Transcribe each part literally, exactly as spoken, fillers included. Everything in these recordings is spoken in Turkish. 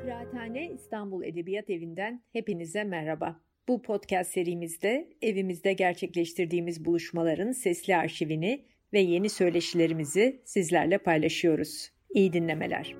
Kıraathane İstanbul Edebiyat Evi'nden hepinize merhaba. Bu podcast serimizde evimizde gerçekleştirdiğimiz buluşmaların sesli arşivini ve yeni söyleşilerimizi sizlerle paylaşıyoruz. İyi dinlemeler.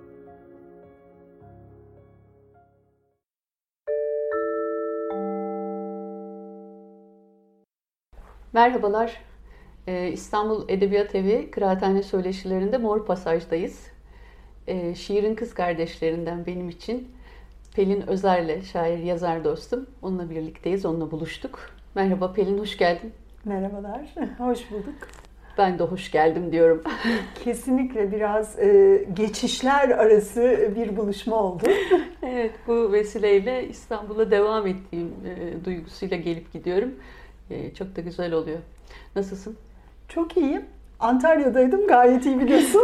Merhabalar. Ee, İstanbul Edebiyat Evi Kıraathane Söyleşilerinde Mor Pasaj'dayız. Ee, şiirin kız kardeşlerinden benim için Pelin Özer'le, şair yazar dostum. Onunla birlikteyiz, onunla buluştuk. Merhaba Pelin, hoş geldin. Merhabalar, hoş bulduk. Ben de hoş geldim diyorum. Kesinlikle biraz e, geçişler arası bir buluşma oldu. Evet, bu vesileyle İstanbul'a devam ettiğim e, duygusuyla gelip gidiyorum. E, çok da güzel oluyor. Nasılsın? Çok iyiyim. Antalya'daydım, gayet iyi biliyorsun.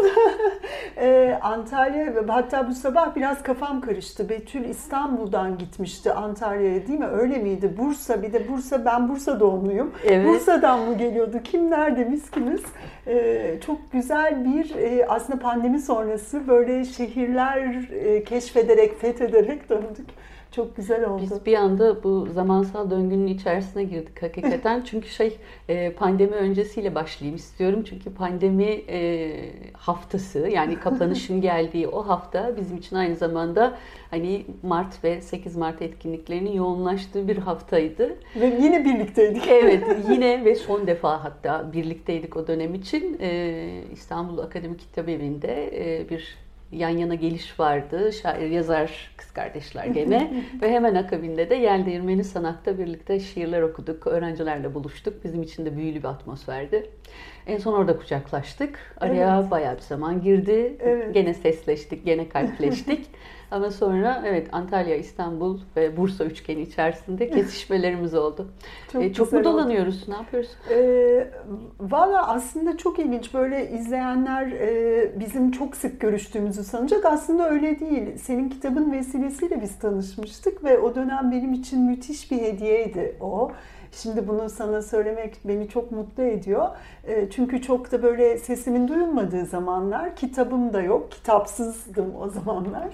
ee, Antalya, hatta bu sabah biraz kafam karıştı. Betül İstanbul'dan gitmişti Antalya'ya, değil mi? Öyle miydi? Bursa, bir de Bursa, ben Bursa doğumluyum. Evet. Bursa'dan mı geliyordu? Kim nerede, biz kimiz? Ee, çok güzel bir, e, aslında pandemi sonrası böyle şehirler e, keşfederek, fethederek döndük. Çok güzel oldu. Biz bir anda bu zamansal döngünün içerisine girdik hakikaten. Çünkü şey pandemi öncesiyle başlayayım istiyorum. Çünkü pandemi haftası, yani kapanışın geldiği o hafta bizim için aynı zamanda hani Mart ve sekiz Mart etkinliklerinin yoğunlaştığı bir haftaydı. Ve yine birlikteydik. Evet, yine ve son defa hatta birlikteydik o dönem için. İstanbul Akademik Kitabevi'nde bir yan yana geliş vardı. Şair, yazar kız kardeşler gene. Ve hemen akabinde de Yel Değirmeni Sanat'ta birlikte şiirler okuduk. Öğrencilerle buluştuk. Bizim için de büyülü bir atmosferdi. En son orada kucaklaştık. Araya evet. bayağı bir zaman girdi. Evet. Gene sesleştik, gene kalpleştik. Ama sonra evet Antalya, İstanbul ve Bursa üçgeni içerisinde kesişmelerimiz oldu. Çok, ee, çok mu dolanıyoruz? Oldu. Ne yapıyoruz? Ee, Valla aslında çok ilginç. Böyle izleyenler e, bizim çok sık görüştüğümüzü sanacak. Aslında öyle değil. Senin kitabın vesilesiyle biz tanışmıştık ve o dönem benim için müthiş bir hediyeydi o. Şimdi bunu sana söylemek beni çok mutlu ediyor. Çünkü çok da böyle sesimin duyulmadığı zamanlar, kitabım da yok, kitapsızdım o zamanlar.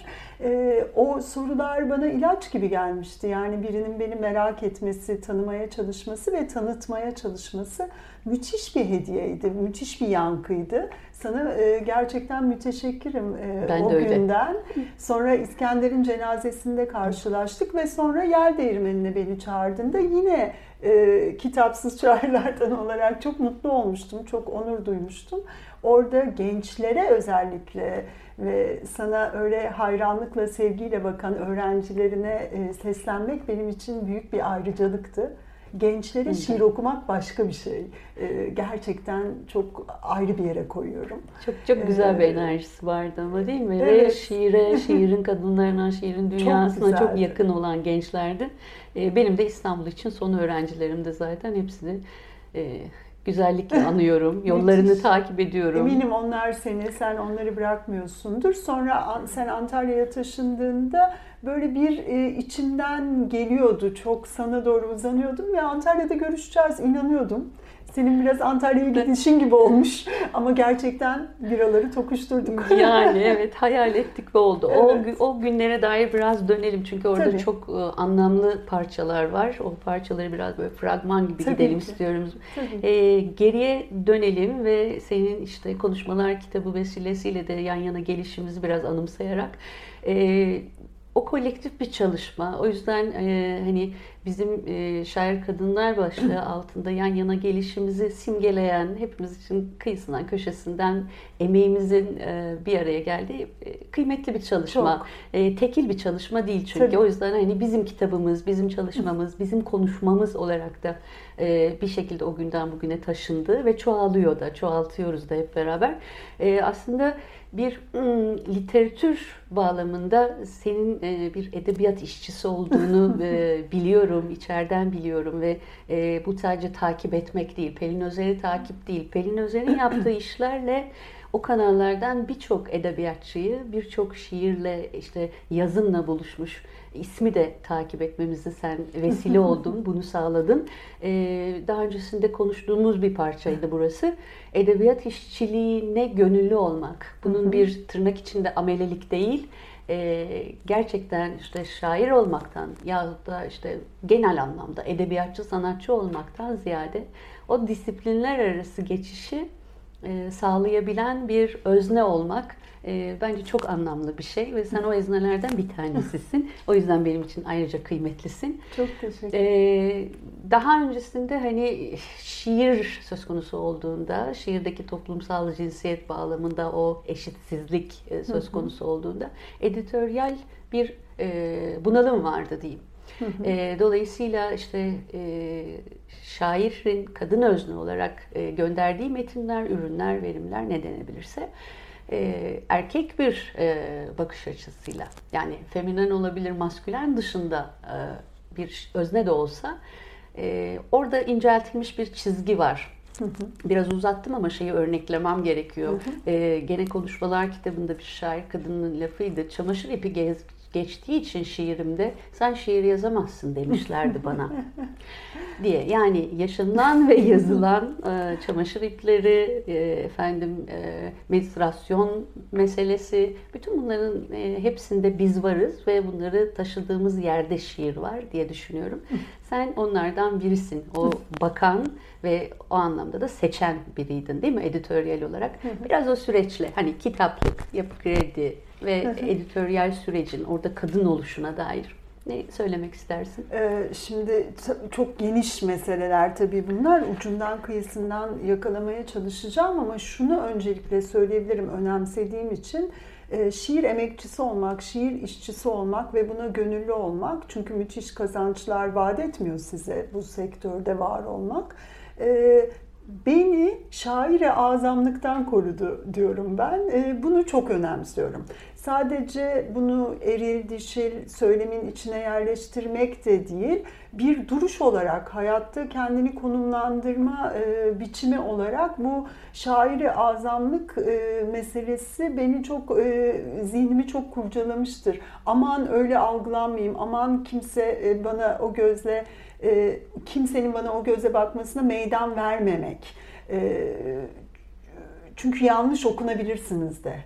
O sorular bana ilaç gibi gelmişti. Yani birinin beni merak etmesi, tanımaya çalışması ve tanıtmaya çalışması müthiş bir hediyeydi, müthiş bir yankıydı. Sana gerçekten müteşekkirim ben o de öyle. günden. Sonra İskender'in cenazesinde karşılaştık ve sonra Yel Değirmeni'ne beni çağırdığında yine e, kitapsız şairlerden olarak çok mutlu olmuştum, çok onur duymuştum. Orada gençlere özellikle ve sana öyle hayranlıkla, sevgiyle bakan öğrencilerine e, seslenmek benim için büyük bir ayrıcalıktı. Gençlere Hı. şiir okumak başka bir şey. Ee, gerçekten çok ayrı bir yere koyuyorum. Çok çok güzel ee, bir enerjisi vardı ama değil mi? Evet. Ve şiire, şiirin kadınlarına, şiirin dünyasına çok, çok yakın olan gençlerdi. Ee, benim de İstanbul için son öğrencilerim de zaten hepsini e, güzellikle anıyorum. Yollarını takip ediyorum. Eminim onlar seni, sen onları bırakmıyorsundur. Sonra sen Antalya'ya taşındığında böyle bir e, içimden geliyordu. Çok sana doğru uzanıyordum ve Antalya'da görüşeceğiz inanıyordum. Senin biraz Antalya'ya gidişin gibi olmuş ama gerçekten biraları tokuşturduk. Yani evet hayal ettik ve oldu. Evet. O, o günlere dair biraz dönelim çünkü orada Tabii. çok anlamlı parçalar var. O parçaları biraz böyle fragman gibi Tabii gidelim ki. istiyorum. Ee, geriye dönelim ve senin işte konuşmalar kitabı vesilesiyle de yan yana gelişimizi biraz anımsayarak e, o kolektif bir çalışma. O yüzden e, hani bizim e, şair kadınlar başlığı altında yan yana gelişimizi simgeleyen, hepimiz için kıyısından köşesinden emeğimizin e, bir araya geldiği e, kıymetli bir çalışma. E, tekil bir çalışma değil çünkü. Tabii. O yüzden hani bizim kitabımız, bizim çalışmamız, bizim konuşmamız olarak da e, bir şekilde o günden bugüne taşındı ve çoğalıyor da, çoğaltıyoruz da hep beraber. E, aslında bir ım, literatür bağlamında senin e, bir edebiyat işçisi olduğunu e, biliyorum, içeriden biliyorum ve e, bu sadece takip etmek değil, Pelin Özer'i takip değil, Pelin Özer'in yaptığı işlerle o kanallardan birçok edebiyatçıyı, birçok şiirle, işte yazınla buluşmuş ismi de takip etmemizi sen vesile oldun, bunu sağladın. Ee, daha öncesinde konuştuğumuz bir parçaydı burası. Edebiyat işçiliğine gönüllü olmak. Bunun bir tırnak içinde amelelik değil, e, gerçekten işte şair olmaktan yahut da işte genel anlamda edebiyatçı, sanatçı olmaktan ziyade o disiplinler arası geçişi e, sağlayabilen bir özne olmak e, bence çok anlamlı bir şey ve sen o öznelerden bir tanesisin. O yüzden benim için ayrıca kıymetlisin. Çok teşekkür ederim. E, daha öncesinde hani şiir söz konusu olduğunda, şiirdeki toplumsal cinsiyet bağlamında o eşitsizlik e, söz konusu olduğunda editoryal bir e, bunalım vardı diyeyim. E, dolayısıyla işte e, şairin kadın özne olarak e, gönderdiği metinler, ürünler, verimler ne denebilirse e, erkek bir e, bakış açısıyla, yani feminen olabilir, maskülen dışında e, bir özne de olsa e, orada inceltilmiş bir çizgi var. Biraz uzattım ama şeyi örneklemem gerekiyor. Hı hı. E, gene Konuşmalar kitabında bir şair kadının lafıydı. Çamaşır ipi gez, geçtiği için şiirimde sen şiir yazamazsın demişlerdi bana diye. Yani yaşanılan ve yazılan e, çamaşır ipleri, e, efendim e, menstruasyon meselesi, bütün bunların e, hepsinde biz varız ve bunları taşıdığımız yerde şiir var diye düşünüyorum. Sen onlardan birisin. O bakan ve o anlamda da seçen biriydin değil mi editoryal olarak? Biraz o süreçle hani kitaplık, Yapı Kredi ve editoryal sürecin orada kadın oluşuna dair ne söylemek istersin? Ee, şimdi çok geniş meseleler tabii bunlar. Ucundan kıyısından yakalamaya çalışacağım ama şunu öncelikle söyleyebilirim önemsediğim için. Şiir emekçisi olmak, şiir işçisi olmak ve buna gönüllü olmak, çünkü müthiş kazançlar vaat etmiyor size bu sektörde var olmak, beni şair-i azamlıktan korudu diyorum ben. Bunu çok önemsiyorum. Sadece bunu eril dişil söylemin içine yerleştirmek de değil, bir duruş olarak, hayatta kendini konumlandırma e, biçimi olarak bu şair-i azamlık e, meselesi beni çok, e, zihnimi çok kurcalamıştır. Aman öyle algılanmayayım, aman kimse e, bana o gözle, e, kimsenin bana o göze bakmasına meydan vermemek. E, çünkü yanlış okunabilirsiniz de.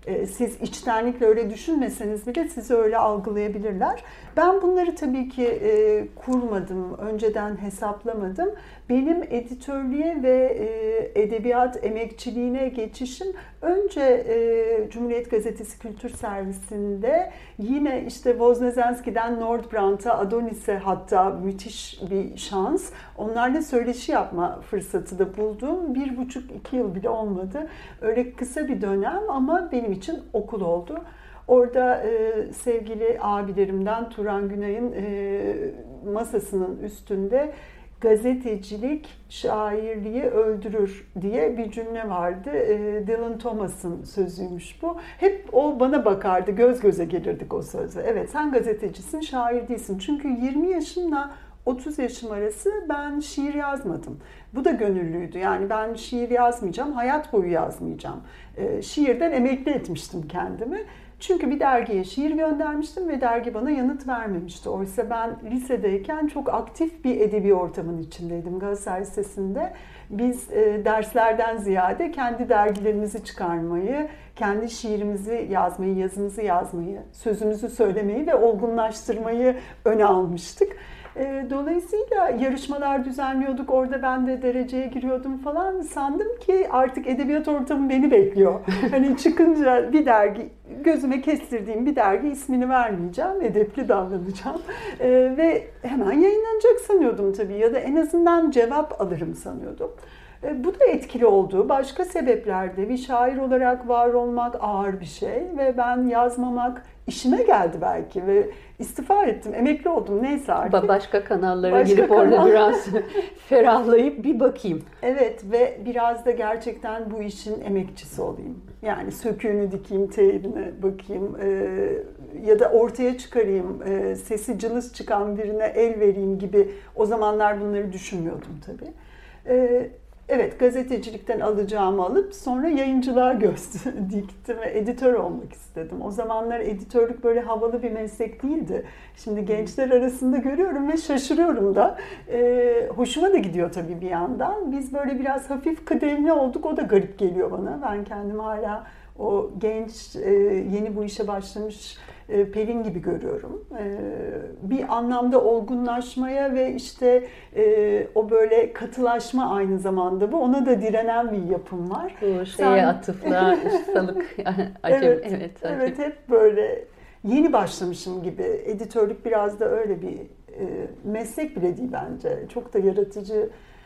Siz içtenlikle öyle düşünmeseniz bile sizi öyle algılayabilirler. Ben bunları tabii ki e, kurmadım, önceden hesaplamadım. Benim editörlüğe ve e, edebiyat emekçiliğine geçişim önce e, Cumhuriyet Gazetesi Kültür Servisi'nde, yine işte Wozniacki'den Nordbrandt'a, Adonis'e hatta müthiş bir şans. Onlarla söyleşi yapma fırsatı da buldum. Bir buçuk, iki yıl bile olmadı. Öyle kısa bir dönem ama benim için okul oldu. Orada e, sevgili abilerimden Turan Günay'ın e, masasının üstünde gazetecilik şairliği öldürür diye bir cümle vardı. E, Dylan Thomas'ın sözüymüş bu. Hep o bana bakardı, göz göze gelirdik o sözle. Evet, sen gazetecisin, şair değilsin. Çünkü yirmi yaşımla otuz yaşım arası ben şiir yazmadım. Bu da gönüllüydü. Yani ben şiir yazmayacağım, hayat boyu yazmayacağım. E, şiirden emekli etmiştim kendimi. Çünkü bir dergiye şiir göndermiştim ve dergi bana yanıt vermemişti. Oysa ben lisedeyken çok aktif bir edebi ortamın içindeydim Galatasaray Lisesi'nde. Biz e, derslerden ziyade kendi dergilerimizi çıkarmayı, kendi şiirimizi yazmayı, yazımızı yazmayı, sözümüzü söylemeyi ve olgunlaştırmayı öne almıştık. Dolayısıyla yarışmalar düzenliyorduk. Orada ben de dereceye giriyordum falan. Sandım ki artık edebiyat ortamı beni bekliyor. Hani çıkınca bir dergi, gözüme kestirdiğim bir dergi, ismini vermeyeceğim, edepli davranacağım. Ee, ve hemen yayınlanacak sanıyordum tabii. Ya da en azından cevap alırım sanıyordum. Ee, bu da etkili oldu. Başka sebeplerde bir şair olarak var olmak ağır bir şey. Ve ben yazmamak işime geldi belki ve istifa ettim, emekli oldum, neyse artık. Başka kanallara Başka girip kanal... orada biraz ferahlayıp bir bakayım. Evet ve biraz da gerçekten bu işin emekçisi olayım. Yani söküğünü dikeyim, teğrine bakayım e, ya da ortaya çıkarayım, e, sesi cılız çıkan birine el vereyim gibi. O zamanlar bunları düşünmüyordum tabii. E, Evet, gazetecilikten alacağımı alıp sonra yayıncılığa göz diktim ve editör olmak istedim. O zamanlar editörlük böyle havalı bir meslek değildi. Şimdi gençler arasında görüyorum ve şaşırıyorum da. Ee, hoşuma da gidiyor tabii bir yandan. Biz böyle biraz hafif kıdemli olduk, o da garip geliyor bana. Ben kendimi hala o genç, yeni bu işe başlamış Pelin gibi görüyorum. Bir anlamda olgunlaşmaya ve işte o böyle katılaşma aynı zamanda bu. Ona da direnen bir yapım var. Bu şeye Sen... atıfla, ustalık, acem, evet, evet, acem. evet, hep böyle yeni başlamışım gibi. Editörlük biraz da öyle bir meslek bile değil bence. Çok da yaratıcı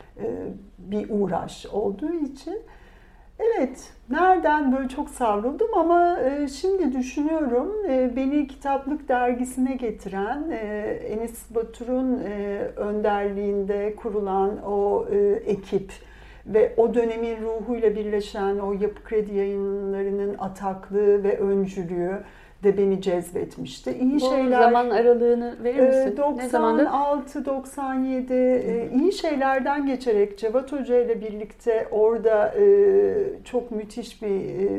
bir uğraş olduğu için. Evet, nereden böyle çok savruldum ama şimdi düşünüyorum, beni Kitaplık Dergisi'ne getiren Enis Batur'un önderliğinde kurulan o ekip ve o dönemin ruhuyla birleşen o Yapı Kredi Yayınları'nın ataklığı ve öncülüğü de beni cezbetmişti. İyi Bu şeyler, zaman aralığını verir misin? doksan altı doksan yedi iyi şeylerden geçerek Cevat Hoca ile birlikte orada çok müthiş bir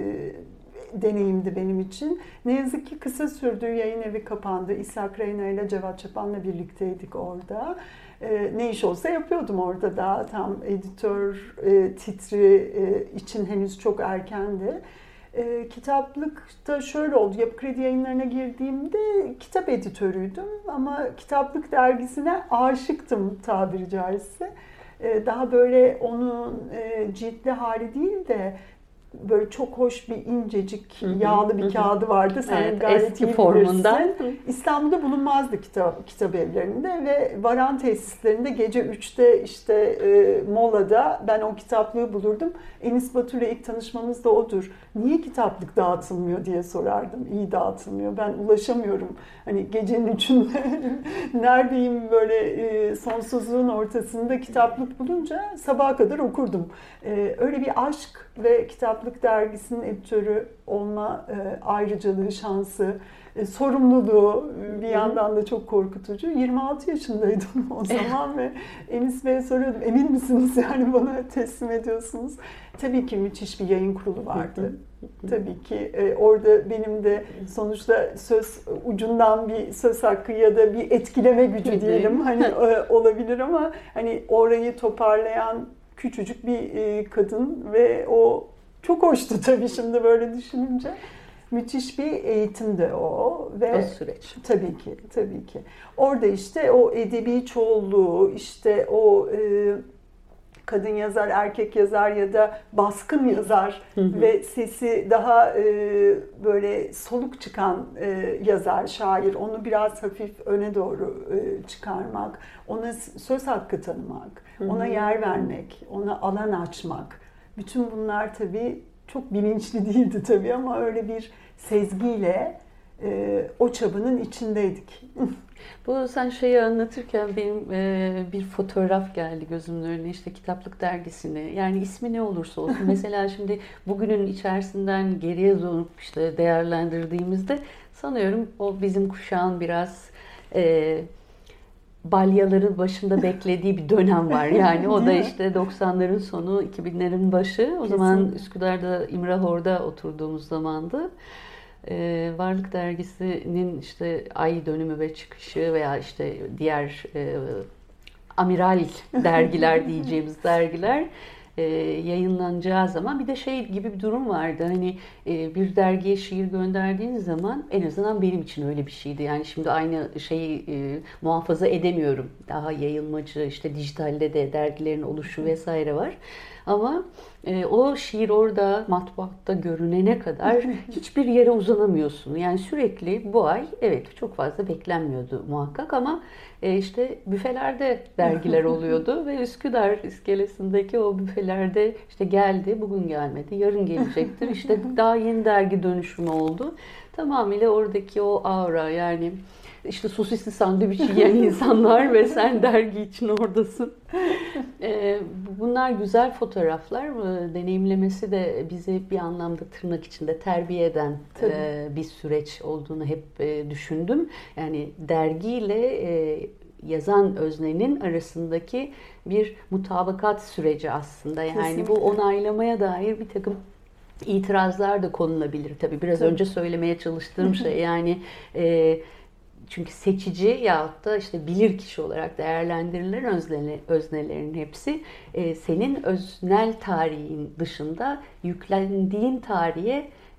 deneyimdi benim için. Ne yazık ki kısa sürdü. Yayın evi kapandı. İshak Reyna ile Cevat Çapan'la birlikteydik orada. Ne iş olsa yapıyordum orada da. Tam editör titri için henüz çok erkendi. E, kitaplıkta şöyle oldu. Yapı Kredi Yayınları'na girdiğimde kitap editörüydüm ama Kitaplık Dergisi'ne aşıktım tabiri caizse. E, daha böyle onun e, ciltli hali değil de böyle çok hoş bir incecik yağlı bir kağıdı vardı. Sen evet, gayet eski iyi formundan. bilirsin. İstanbul'da bulunmazdı kitap, kitap evlerinde ve varan tesislerinde gece üçte işte e, molada ben o kitaplığı bulurdum. Enis Batur'la ilk tanışmamız da odur. Niye kitaplık dağıtılmıyor diye sorardım. İyi dağıtılmıyor. Ben ulaşamıyorum. Hani gecenin üçünde neredeyim böyle e, sonsuzluğun ortasında kitaplık bulunca sabaha kadar okurdum. E, öyle bir aşk ve Kitaplık Dergisi'nin editörü olma e, ayrıcalığı, şansı, e, sorumluluğu bir yandan da çok korkutucu. yirmi altı yaşındaydım o zaman ve Enis Bey'e soruyordum, emin misiniz yani bana teslim ediyorsunuz? Tabii ki müthiş bir yayın kurulu vardı. Tabii ki e, orada benim de sonuçta söz ucundan bir söz hakkı ya da bir etkileme gücü diyelim hani e, olabilir ama hani orayı toparlayan küçücük bir e, kadın ve o çok hoştu tabii şimdi böyle düşününce. Müthiş bir eğitimdi o ve o süreç. Tabii ki, tabii ki. Orada işte o edebi çoğulluğu, işte o e, kadın yazar, erkek yazar ya da baskın yazar hı hı. ve sesi daha e, böyle soluk çıkan e, yazar, şair, onu biraz hafif öne doğru e, çıkarmak, ona söz hakkı tanımak, hı hı. ona yer vermek, ona alan açmak. Bütün bunlar tabii çok bilinçli değildi tabii ama öyle bir sezgiyle e, o çabanın içindeydik. Bu sen şeyi anlatırken benim e, bir fotoğraf geldi gözümün önüne, işte Kitaplık Dergisi'ni. Yani ismi ne olursa olsun. Mesela şimdi bugünün içerisinden geriye dönüp işte değerlendirdiğimizde sanıyorum o bizim kuşağın biraz e, balyaların başında beklediği bir dönem var. Yani o da işte doksanların sonu, iki binlerin başı. O Kesinlikle. Zaman Üsküdar'da İmrahor'da oturduğumuz zamandı. Ee, Varlık Dergisi'nin işte ay dönümü ve çıkışı veya işte diğer e, amiral dergiler diyeceğimiz dergiler e, yayınlanacağı zaman bir de şey gibi bir durum vardı. Hani e, bir dergiye şiir gönderdiğiniz zaman en azından benim için öyle bir şeydi. Yani şimdi aynı şeyi e, muhafaza edemiyorum. Daha yayılmacı işte dijitalde de dergilerin oluşu vesaire var. Ama e, o şiir orada matbaatta görünene kadar hiçbir yere uzanamıyorsun. Yani sürekli bu ay evet çok fazla beklenmiyordu muhakkak ama e, işte büfelerde dergiler oluyordu ve Üsküdar iskelesindeki o büfelerde işte geldi, bugün gelmedi, yarın gelecektir. İşte daha yeni dergi dönüşümü oldu. Tamamıyla oradaki o aura, yani işte sosisli sandviç yiyen insanlar ve sen dergi için oradasın. Bunlar güzel fotoğraflar. Deneyimlemesi de bizi bir anlamda tırnak içinde terbiye eden Tabii. bir süreç olduğunu hep düşündüm. Yani dergiyle yazan öznenin arasındaki bir mutabakat süreci aslında. Yani Kesinlikle. Bu onaylamaya dair bir takım itirazlar da konulabilir. Tabii biraz Tabii. önce söylemeye çalıştığım şey yani e, çünkü seçici yahut da işte bilir kişi olarak değerlendirilen özne, öznelerin hepsi e, senin öznel tarihin dışında yüklendiğin tarihe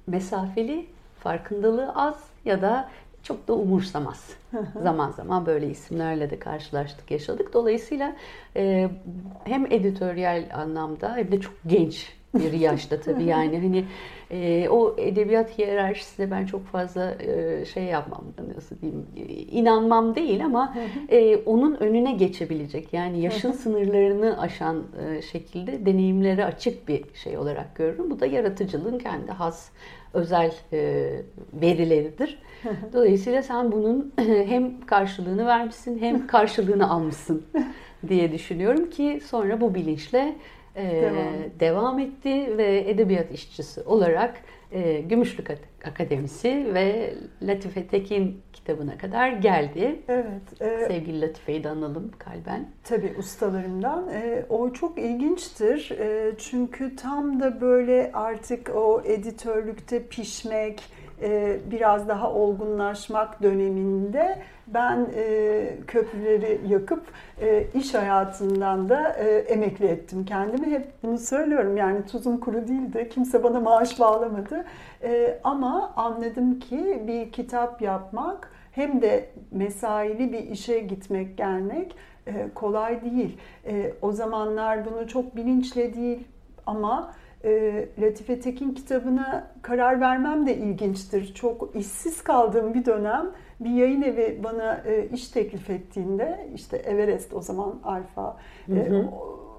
mesafeli, farkındalığı az ya da çok da umursamaz. Zaman zaman böyle isimlerle de karşılaştık, yaşadık. Dolayısıyla e, hem editoryal anlamda hem de çok genç bir yaşta tabii, yani hani e, o edebiyat hiyerarşisine ben çok fazla e, şey yapmam, nasıl diyeyim, inanmam değil ama e, onun önüne geçebilecek, yani yaşın sınırlarını aşan e, şekilde deneyimlere açık bir şey olarak görürüm. Bu da yaratıcılığın kendi has özel e, verileridir. Dolayısıyla sen bunun hem karşılığını vermişsin hem karşılığını almışsın diye düşünüyorum ki sonra bu bilinçle e, devam. devam etti ve edebiyat işçisi olarak e, Gümüşlük Akademisi ve Latife Tekin kitabına kadar geldi. Evet. E, Sevgili Latife'yi de analım kalben. Tabii ustalarımdan. E, o çok ilginçtir. E, çünkü tam da böyle artık o editörlükte pişmek, e, biraz daha olgunlaşmak döneminde ben e, köprüleri yakıp e, iş hayatından da e, emekli ettim kendimi. Hep bunu söylüyorum, yani tuzum kuru değildi. Kimse bana maaş bağlamadı. E, ama anladım ki bir kitap yapmak hem de mesaili bir işe gitmek, gelmek e, kolay değil. E, o zamanlar bunu çok bilinçle değil ama e, Latife Tekin kitabına karar vermem de ilginçtir. Çok işsiz kaldığım bir dönem bir yayın evi bana e, iş teklif ettiğinde, işte Everest o zaman Alfa, e, o,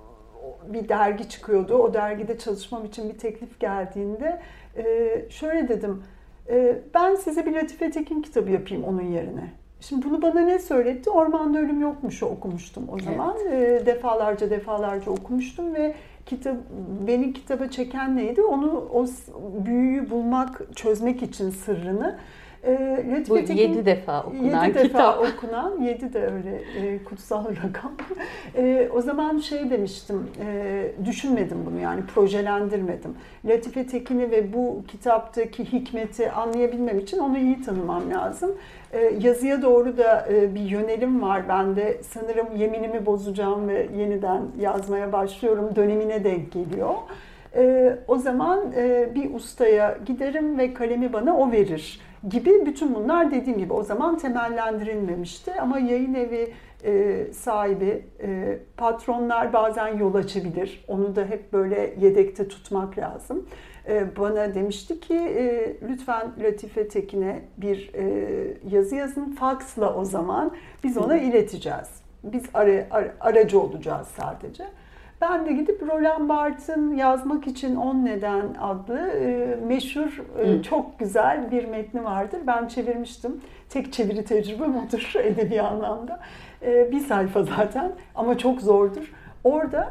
o, bir dergi çıkıyordu. O dergide çalışmam için bir teklif geldiğinde e, şöyle dedim: e, ben size bir Latife Tekin kitabı yapayım onun yerine. Şimdi bunu bana ne söyletti? Ormanda Ölüm Yokmuş'u okumuştum o zaman. Evet. E, defalarca defalarca okumuştum ve kitap, beni kitaba çeken neydi? Onu, o büyüyü bulmak, çözmek için sırrını. E, Bu Tekin, yedi defa okunan yedi kitap. defa okunan, yedi de öyle e, kutsal rakam. E, o zaman şey demiştim, e, düşünmedim bunu, yani projelendirmedim. Latife Tekin'i ve bu kitaptaki hikmeti anlayabilmem için onu iyi tanımam lazım. E, yazıya doğru da e, bir yönelim var bende. Sanırım yeminimi bozacağım ve yeniden yazmaya başlıyorum dönemine denk geliyor. E, o zaman e, bir ustaya giderim ve kalemi bana o verir gibi, bütün bunlar dediğim gibi o zaman temellendirilmemişti. Ama yayın evi e, sahibi, e, patronlar bazen yol açabilir. Onu da hep böyle yedekte tutmak lazım. E, bana demişti ki e, lütfen Latife Tekin'e bir e, yazı yazın, faksla o zaman biz ona ileteceğiz. Biz ara, ara, aracı olacağız sadece. Ben de gidip Roland Barthes'in Yazmak için On Neden adlı e, meşhur, e, çok güzel bir metni vardır. Ben çevirmiştim. Tek çeviri tecrübem odur edebi anlamda. E, bir sayfa zaten ama çok zordur. Orada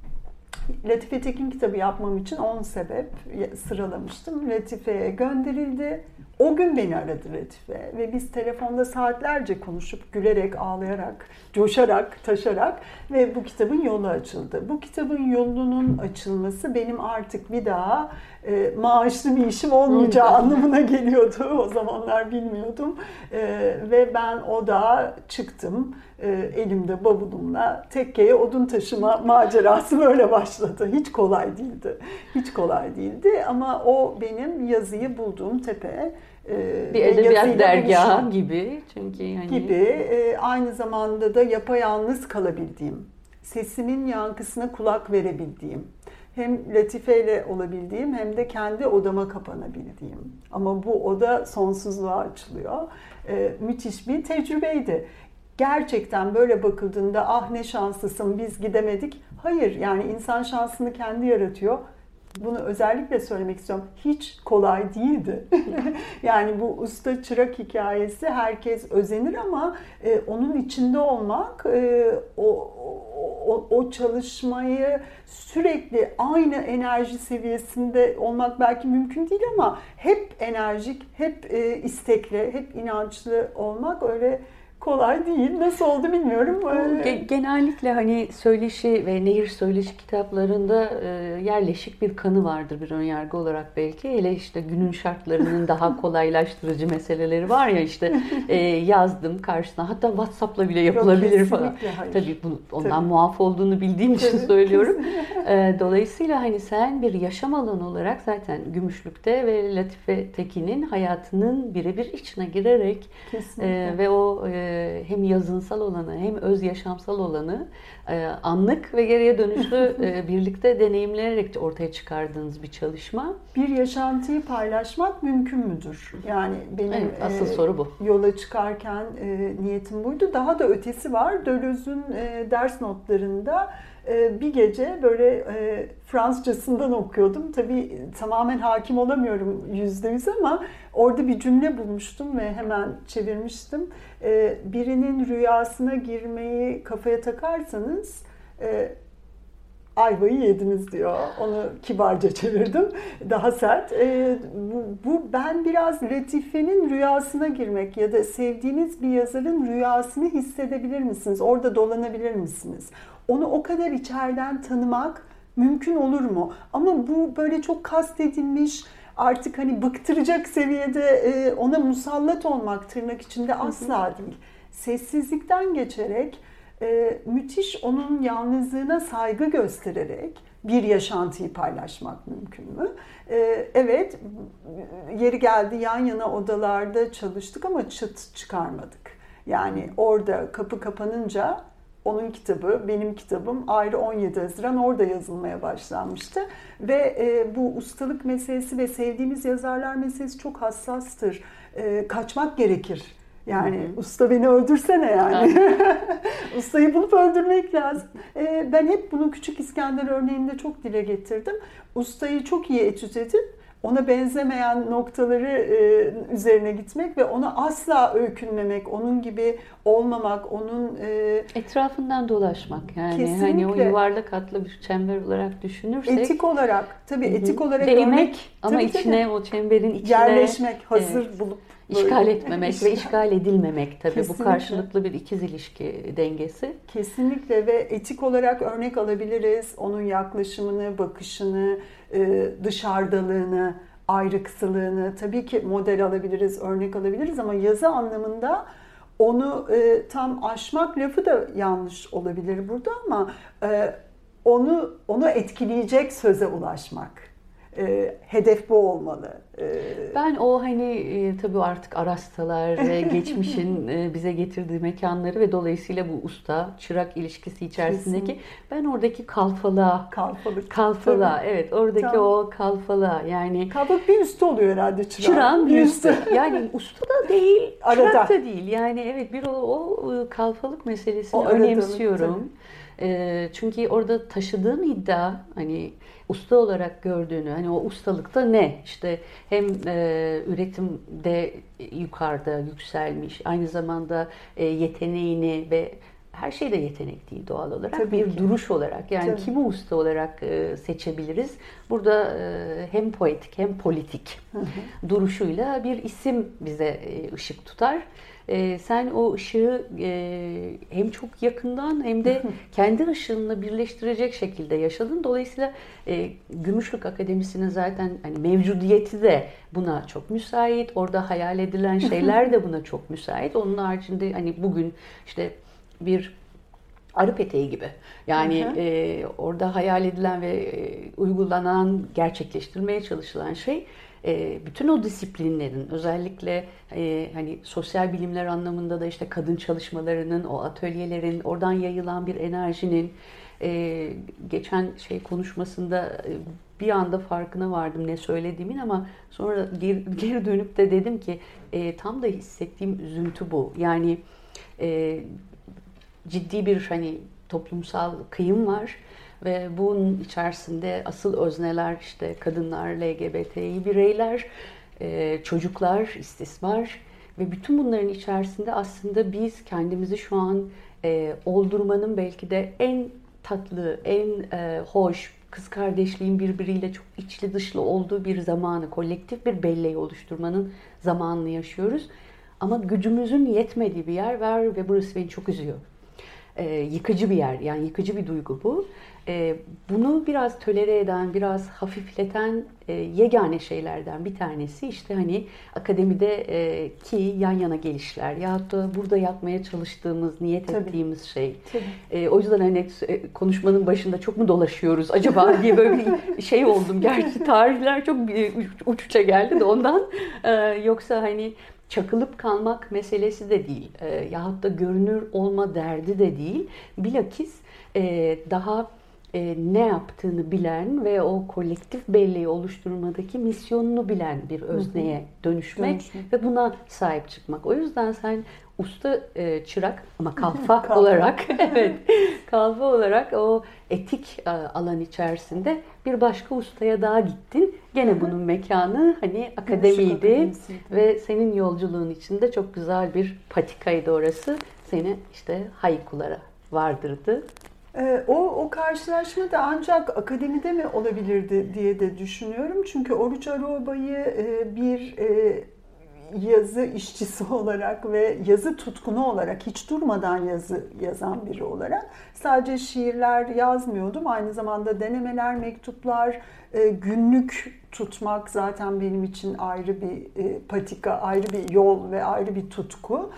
Latife Tekin kitabı yapmam için on sebep sıralamıştım. Latife'ye gönderildi. O gün beni aradı Latife ve biz telefonda saatlerce konuşup gülerek, ağlayarak, coşarak, taşarak ve bu kitabın yolu açıldı. Bu kitabın yolunun açılması benim artık bir daha e, maaşlı bir işim olmayacağı anlamına geliyordu. O zamanlar bilmiyordum. E, ve ben o dağa çıktım. E, elimde bavulumla tekkeye odun taşıma macerası böyle başladı. Hiç kolay değildi. Hiç kolay değildi ama o benim yazıyı bulduğum tepe. E, bir edebiyat dergahı gibi. Çünkü yani... Gibi. E, aynı zamanda da yapayalnız kalabildiğim, sesimin yankısına kulak verebildiğim, hem Latife ile olabildiğim hem de kendi odama kapanabildiğim. Ama bu oda sonsuzluğa açılıyor. E, müthiş bir tecrübeydi. Gerçekten böyle bakıldığında ah ne şanslısın biz gidemedik. Hayır, yani insan şansını kendi yaratıyor. Bunu özellikle söylemek istiyorum. Hiç kolay değildi. Yani bu usta çırak hikayesi, herkes özenir ama e, onun içinde olmak, e, o, o, o çalışmayı sürekli aynı enerji seviyesinde olmak belki mümkün değil ama hep enerjik, hep e, istekli, hep inançlı olmak öyle kolay değil. Nasıl oldu bilmiyorum. Genellikle hani söyleşi ve nehir söyleşi kitaplarında yerleşik bir kanı vardır bir önyargı olarak belki. Hele işte günün şartlarının daha kolaylaştırıcı meseleleri var ya işte yazdım karşısına, hatta WhatsApp'la bile yapılabilir Yok, falan. Hayır. Tabii bu, ondan Tabii. muaf olduğunu bildiğim için Tabii, söylüyorum. Dolayısıyla hani sen bir yaşam alanı olarak zaten Gümüşlük'te ve Latife Tekin'in hayatının birebir içine girerek e, ve o e, hem yazınsal olanı hem öz yaşamsal olanı e, anlık ve geriye dönüşlü e, birlikte deneyimleyerek ortaya çıkardığınız bir çalışma. Bir yaşantıyı paylaşmak mümkün müdür? Yani benim evet, asıl e, soru bu. Yola çıkarken e, niyetim buydu. Daha da ötesi var. Döloz'un e, ders notlarında bir gece böyle e, Fransızcasından okuyordum. Tabii tamamen hakim olamıyorum yüzde yüz ama orada bir cümle bulmuştum ve hemen çevirmiştim. E, birinin rüyasına girmeyi kafaya takarsanız e, ayvayı yediniz diyor. Onu kibarca çevirdim. Daha sert. E, bu, bu ben biraz Latife'nin rüyasına girmek ya da sevdiğiniz bir yazarın rüyasını hissedebilir misiniz? Orada dolanabilir misiniz? Onu o kadar içeriden tanımak mümkün olur mu? Ama bu böyle çok kastedilmiş, artık hani bıktıracak seviyede ona musallat olmak tırnak içinde asla değil. Sessizlikten geçerek, müthiş onun yalnızlığına saygı göstererek bir yaşantıyı paylaşmak mümkün mü? Evet, yeri geldi yan yana odalarda çalıştık ama çıt çıkarmadık. Yani orada kapı kapanınca onun kitabı, benim kitabım ayrı on yedi Haziran orada yazılmaya başlanmıştı. Ve e, bu ustalık meselesi ve sevdiğimiz yazarlar meselesi çok hassastır. E, kaçmak gerekir. Yani hı hı. Usta beni öldürsene yani. Ustayı bulup öldürmek lazım. E, ben hep bunu Küçük İskender örneğinde çok dile getirdim. Ustayı çok iyi etüt edip ona benzemeyen noktaları e, üzerine gitmek ve ona asla öykünmemek, onun gibi olmamak, onun e, etrafından dolaşmak. Yani kesinlikle. Hani o yuvarlak hatlı bir çember olarak düşünürsek etik olarak tabii hı-hı. etik olarak değmek örnek, ama tabii, içine tabii. o çemberin içine yerleşmek, hazır evet, bulup işgal etmemek ve işgal edilmemek tabii. Kesinlikle. Bu karşılıklı bir ikiz ilişki dengesi. Kesinlikle ve etik olarak örnek alabiliriz. Onun yaklaşımını, bakışını, dışarıdalığını, ayrıksılığını tabii ki model alabiliriz, örnek alabiliriz ama yazı anlamında onu tam aşmak lafı da yanlış olabilir burada ama onu onu etkileyecek söze ulaşmak. E, hedef bu olmalı. E, ben o hani e, tabii artık arastalar ve geçmişin e, bize getirdiği mekanları ve dolayısıyla bu usta çırak ilişkisi içerisindeki kesin. Ben oradaki kalfalığa kalfalık kalfalığa evet oradaki tamam. O kalfalığa yani kalfalık bir üstü oluyor herhalde çırak. Çırağın bir üstü. Yani usta da değil, arada. Çırak da değil. Yani evet bir o, o kalfalık meselesini o önemsiyorum. E, çünkü orada taşıdığın iddia hani usta olarak gördüğünü, hani o ustalıkta ne? İşte hem e, üretimde yukarıda yükselmiş, aynı zamanda e, yeteneğini ve her şey de yetenek değil doğal olarak. Tabii bir ki. Duruş olarak yani Tabii. kimi usta olarak e, seçebiliriz? Burada e, hem poetik hem politik hı hı. duruşuyla bir isim bize e, ışık tutar. E, sen o ışığı e, hem çok yakından hem de kendi ışığınla birleştirecek şekilde yaşadın. Dolayısıyla e, Gümüşlük Akademisi'nin zaten hani mevcudiyeti de buna çok müsait. Orada hayal edilen şeyler de buna çok müsait. Onun haricinde hani bugün işte bir arı peteği gibi. Yani hı hı. E, orada hayal edilen ve e, uygulanan, gerçekleştirmeye çalışılan şey e, bütün o disiplinlerin özellikle e, hani sosyal bilimler anlamında da işte kadın çalışmalarının, o atölyelerin, oradan yayılan bir enerjinin e, geçen şey konuşmasında e, bir anda farkına vardım ne söylediğimin ama sonra geri, geri dönüp de dedim ki e, tam da hissettiğim üzüntü bu. Yani e, ciddi bir hani toplumsal kıyım var ve bunun içerisinde asıl özneler işte kadınlar, L G B T İ bireyler, çocuklar, istismar ve bütün bunların içerisinde aslında biz kendimizi şu an oldurmanın belki de en tatlı, en hoş, kız kardeşliğin birbiriyle çok içli dışlı olduğu bir zamanı, kolektif bir belleği oluşturmanın zamanını yaşıyoruz. Ama gücümüzün yetmediği bir yer var ve burası beni çok üzüyor. Ee, yıkıcı bir yer, yani yıkıcı bir duygu bu. Ee, bunu biraz tolere eden, biraz hafifleten e, yegane şeylerden bir tanesi işte hani akademide e, ki yan yana gelişler yahut da burada yapmaya çalıştığımız, niyet Tabii. ettiğimiz şey. E, o yüzden hani konuşmanın başında çok mu dolaşıyoruz acaba diye böyle bir şey oldum. Gerçi tarihler çok uç uça geldi de ondan. E, yoksa hani çakılıp kalmak meselesi de değil. E, yahut da görünür olma derdi de değil. Bilakis e, daha e, ne yaptığını bilen ve o kolektif belleği oluşturmadaki misyonunu bilen bir özneye dönüşmek, dönüşmek ve buna sahip çıkmak. O yüzden sen usta e, çırak ama kalfa, kalfa. olarak evet kalfa olarak o etik e, alan içerisinde bir başka ustaya daha gittin. Gene bunun mekanı hani akademiydi ve senin yolculuğun içinde çok güzel bir patikaydı orası. Seni işte haikulara vardırdı. O, o karşılaşma da ancak akademide mi olabilirdi diye de düşünüyorum. Çünkü Oruç Aroba'yı bir yazı işçisi olarak ve yazı tutkunu olarak, hiç durmadan yazı yazan biri olarak sadece şiirler yazmıyordum. Aynı zamanda denemeler, mektuplar, günlük tutmak zaten benim için ayrı bir patika, ayrı bir yol ve ayrı bir tutku.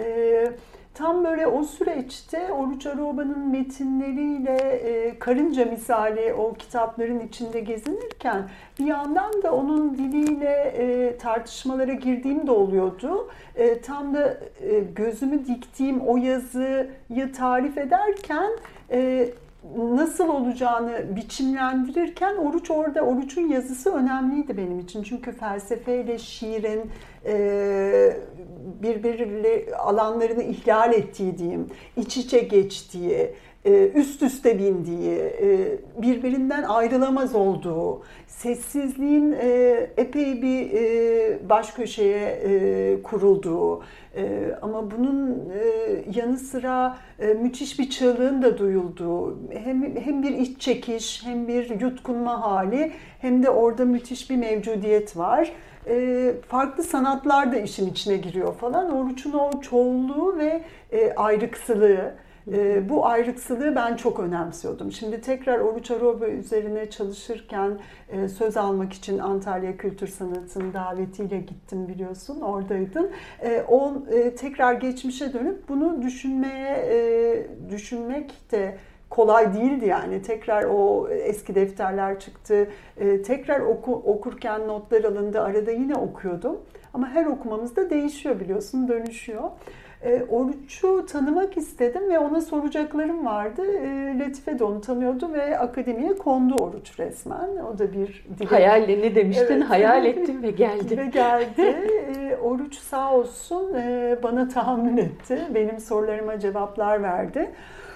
Tam böyle o süreçte Oruç Aroba'nın metinleriyle e, karınca misali o kitapların içinde gezinirken bir yandan da onun diliyle e, tartışmalara girdiğim de oluyordu. E, tam da e, gözümü diktiğim o yazıyı tarif ederken e, nasıl olacağını biçimlendirirken Oruç orada, Oruç'un yazısı önemliydi benim için. Çünkü felsefeyle şiirin e, birbiriyle alanlarını ihlal ettiği diyeyim, iç içe geçtiği, üst üste bindiği, birbirinden ayrılamaz olduğu, sessizliğin epey bir baş köşeye kurulduğu ama bunun yanı sıra müthiş bir çığlığın da duyulduğu, hem, hem bir iç çekiş, hem bir yutkunma hali, hem de orada müthiş bir mevcudiyet var. E, farklı sanatlar da işin içine giriyor falan. Oruç'un o çoğulluğu ve e, ayrıksılığı, e, bu ayrıksılığı ben çok önemsiyordum. Şimdi tekrar Oruç Aroba üzerine çalışırken e, söz almak için Antalya Kültür Sanat'ın davetiyle gittim biliyorsun, oradaydın. E, o e, tekrar geçmişe dönüp bunu düşünmeye, e, düşünmek de kolay değildi yani. Tekrar o eski defterler çıktı. Ee, tekrar oku, okurken notlar alındı. Arada yine okuyordum. Ama her okumamızda değişiyor biliyorsun, dönüşüyor. Ee, Oruç'u tanımak istedim ve ona soracaklarım vardı. Ee, Latife de onu tanıyordu ve akademiye kondu Oruç resmen. O da bir dilek. Hayalle ne demiştin? Evet. Hayal ettim ve geldi. Ve geldi. Ee, Oruç sağ olsun e, bana tahammül etti. Benim sorularıma cevaplar verdi.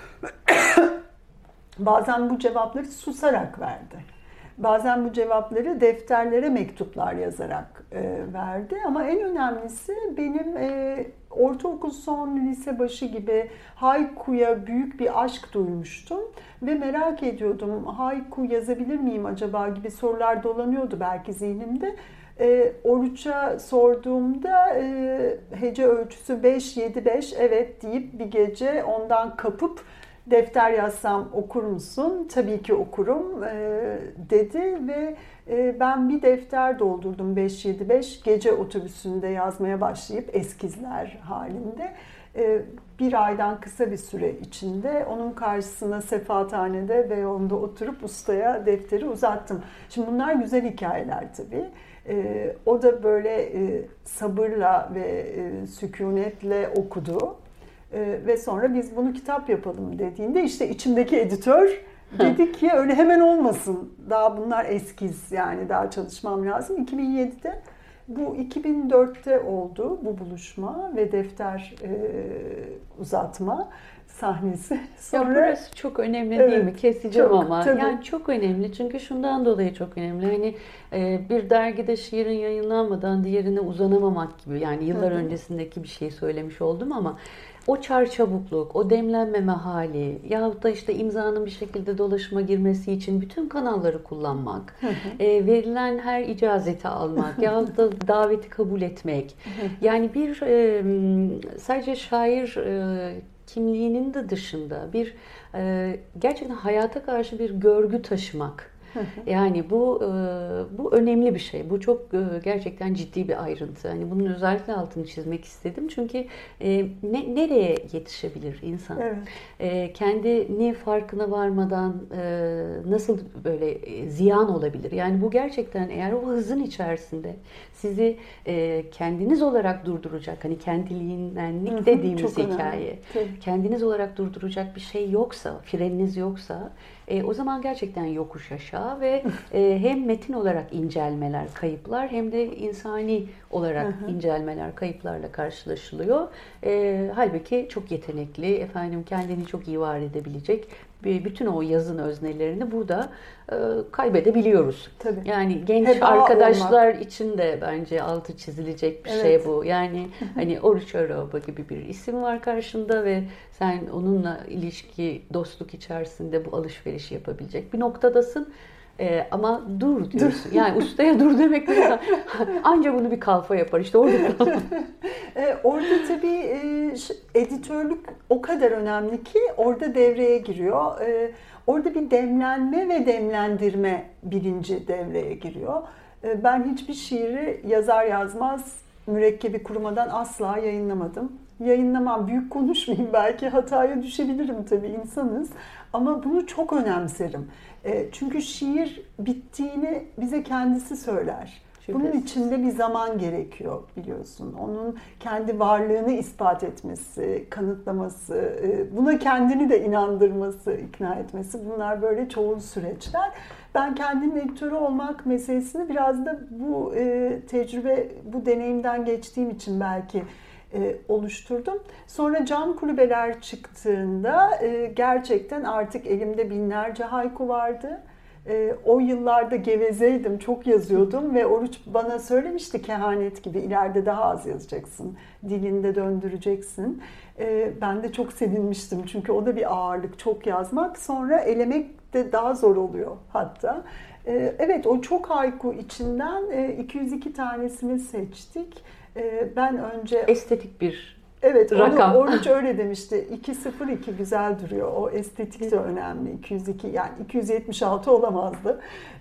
Bazen bu cevapları susarak verdi. Bazen bu cevapları defterlere mektuplar yazarak e, verdi. Ama en önemlisi benim e, ortaokul son, lise başı gibi haikuya büyük bir aşk duymuştum. Ve merak ediyordum, haiku yazabilir miyim acaba gibi sorular dolanıyordu belki zihnimde. E, Oruç'a sorduğumda e, hece ölçüsü beş yedi beş evet deyip bir gece ondan kapıp defter yazsam okur musun? Tabii ki okurum e, dedi ve e, ben bir defter doldurdum beş yedi beş gece otobüsünde yazmaya başlayıp eskizler halinde. E, bir aydan kısa bir süre içinde onun karşısına Sefahathane'de Beyoğlu'nda oturup ustaya defteri uzattım. Şimdi bunlar güzel hikayeler tabii. E, o da böyle e, sabırla ve e, sükunetle okudu. Ee, ve sonra biz bunu kitap yapalım dediğinde işte içimdeki editör dedi ki öyle hemen olmasın. Daha bunlar eskiz, yani daha çalışmam lazım. iki bin yedide bu iki bin dörtte oldu bu buluşma ve defter e, uzatma. sahnesi. Sonra... Ya burası çok önemli evet, değil mi? Keseceğim çok, ama. Tabii. Yani çok önemli çünkü şundan dolayı çok önemli. Hani bir dergide şiirin yayınlanmadan diğerine uzanamamak gibi. Yani yıllar hı hı. öncesindeki bir şey söylemiş oldum ama o çarçabukluk, o demlenmeme hali yahut da işte imzanın bir şekilde dolaşıma girmesi için bütün kanalları kullanmak, hı hı. E, verilen her icazeti almak yahut da daveti kabul etmek. Yani bir e, sadece şair e, kimliğinin de dışında bir e, gerçekten hayata karşı bir görgü taşımak. Yani bu bu önemli bir şey. Bu çok gerçekten ciddi bir ayrıntı. Yani bunun özellikle altını çizmek istedim. Çünkü ne, nereye yetişebilir insan? Evet. Kendini farkına varmadan nasıl böyle ziyan olabilir? Yani bu gerçekten eğer o hızın içerisinde sizi kendiniz olarak durduracak, hani kendiliğindenlik dediğimiz hikaye, kendiniz olarak durduracak bir şey yoksa, freniniz yoksa, E, o zaman gerçekten yokuş aşağı ve e, hem metin olarak incelmeler, kayıplar hem de insani olarak incelmeler, kayıplarla karşılaşılıyor. E, halbuki çok yetenekli, efendim kendini çok iyi var edebilecek bütün o yazın öznelerini burada e, kaybedebiliyoruz. Tabii. Yani genç Heba arkadaşlar olmak. için de bence altı çizilecek bir evet. şey bu. Yani hani Oruç Araba gibi bir isim var karşında ve sen onunla ilişki, dostluk içerisinde bu alışverişi yapabilecek bir noktadasın. Ee, ama dur diyorsun. Dur. Yani ustaya dur demek mesela. Anca bunu bir kalfa yapar. İşte orada kalfa. ee, orada tabii e, editörlük o kadar önemli ki orada devreye giriyor. Ee, orada bir demlenme ve demlendirme bilinci devreye giriyor. Ee, ben hiçbir şiiri yazar yazmaz mürekkebi kurumadan asla yayınlamadım. Yayınlamam, büyük konuşmayayım, belki hataya düşebilirim, tabii insanız. Ama bunu çok önemserim. Çünkü şiir bittiğini bize kendisi söyler. Bunun içinde bir zaman gerekiyor biliyorsun. Onun kendi varlığını ispat etmesi, kanıtlaması, buna kendini de inandırması, ikna etmesi, bunlar böyle çoğul süreçler. Ben kendinin editörü olmak meselesini biraz da bu tecrübe, bu deneyimden geçtiğim için belki oluşturdum. Sonra Cam Kulübeler çıktığında gerçekten artık elimde binlerce haiku vardı. O yıllarda gevezeydim, çok yazıyordum ve Oruç bana söylemişti, kehanet gibi ileride daha az yazacaksın, dilinde döndüreceksin. Ben de çok sevinmiştim çünkü o da bir ağırlık, çok yazmak. Sonra elemek de daha zor oluyor hatta. Evet, o çok haiku içinden iki yüz iki tanesini seçtik. Ben önce... Estetik bir evet, rakam. Oruç öyle demişti. iki sıfır iki güzel duruyor. O estetik de önemli. iki yüz iki, yani iki yüz yetmiş altı olamazdı.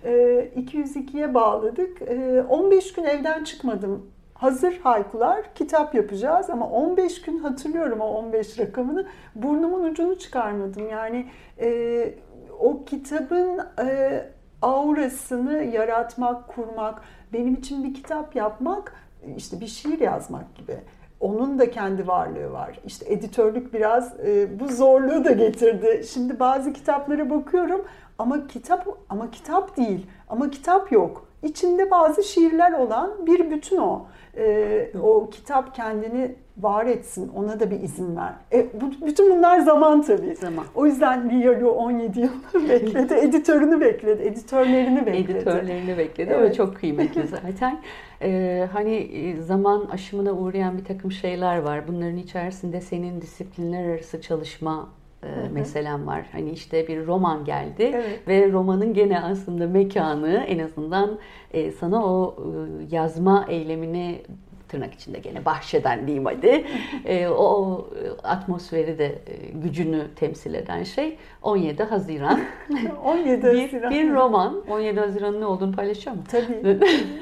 iki yüz ikiye bağladık. on beş gün evden çıkmadım. Hazır haikular, kitap yapacağız ama on beş gün hatırlıyorum o on beş rakamını. Burnumun ucunu çıkarmadım. Yani e, o kitabın e, aurasını yaratmak, kurmak, benim için bir kitap yapmak, işte bir şiir yazmak gibi. Onun da kendi varlığı var. İşte editörlük biraz e, bu zorluğu da getirdi. Şimdi bazı kitaplara bakıyorum ama kitap ama kitap değil. Ama kitap yok. İçinde bazı şiirler olan bir bütün o. E, o kitap kendini var etsin. Ona da bir izin ver. E, bu, bütün bunlar zaman tabii. Zaman. O yüzden Liyalu on yedi yıl bekledi. Editörünü bekledi. Editörlerini bekledi. Editörlerini bekledi. Evet. O çok kıymetli zaten. Ee, hani zaman aşımına uğrayan bir takım şeyler var. Bunların içerisinde senin disiplinler arası çalışma e, meselen var. Hani işte bir roman geldi evet. ve romanın gene aslında mekanı en azından e, sana o e, yazma eylemini tırnak içinde gene bahşeden diyeyim hadi. e, o atmosferi de e, gücünü temsil eden şey on yedi Haziran. on yedi Haziran. Bir, bir roman. on yedi Haziran'ın ne olduğunu paylaşacağım mı? Tabii.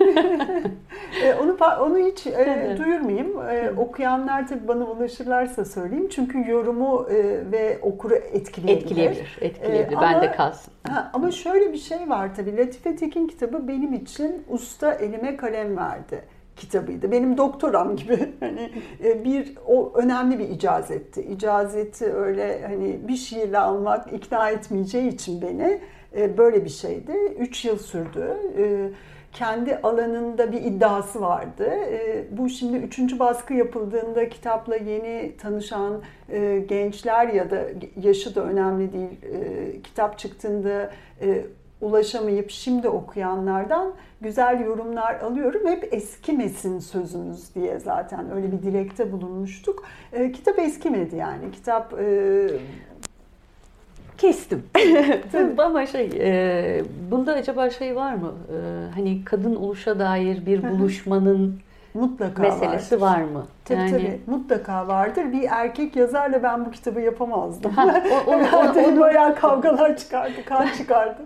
e, onu onu hiç e, duyurmayayım. E, okuyanlar tabii bana ulaşırlarsa söyleyeyim. Çünkü yorumu e, ve okuru etkileyebilir. Etkileyebilir. Etkileyebilir. E, ben de kalsın. Ha, ama şöyle bir şey var tabii. Latife Tekin kitabı benim için usta elime kalem verdi kitabıydı. Benim doktoram gibi. Hani bir o önemli bir icazetti. İcazeti öyle hani bir şiirle almak ikna etmeyeceği için beni böyle bir şeydi. Üç yıl sürdü. kendi alanında bir iddiası vardı. Bu şimdi üçüncü baskı yapıldığında kitapla yeni tanışan gençler ya da yaşı da önemli değil, kitap çıktığında ulaşamayıp şimdi okuyanlardan güzel yorumlar alıyorum. Hep eskimesin sözümüz diye zaten öyle bir dilekte bulunmuştuk. E, kitap eskimedi yani. Kitap e... kestim. Ama şey, e, bunda acaba şey var mı? E, hani kadın oluşa dair bir buluşmanın mutlaka meselesi vardır. var mı? Tabii yani... tabii mutlaka vardır. Bir erkek yazarla ben bu kitabı yapamazdım. Ha, o, o, o, o, bayağı kavgalar çıkardı, kan çıkardı.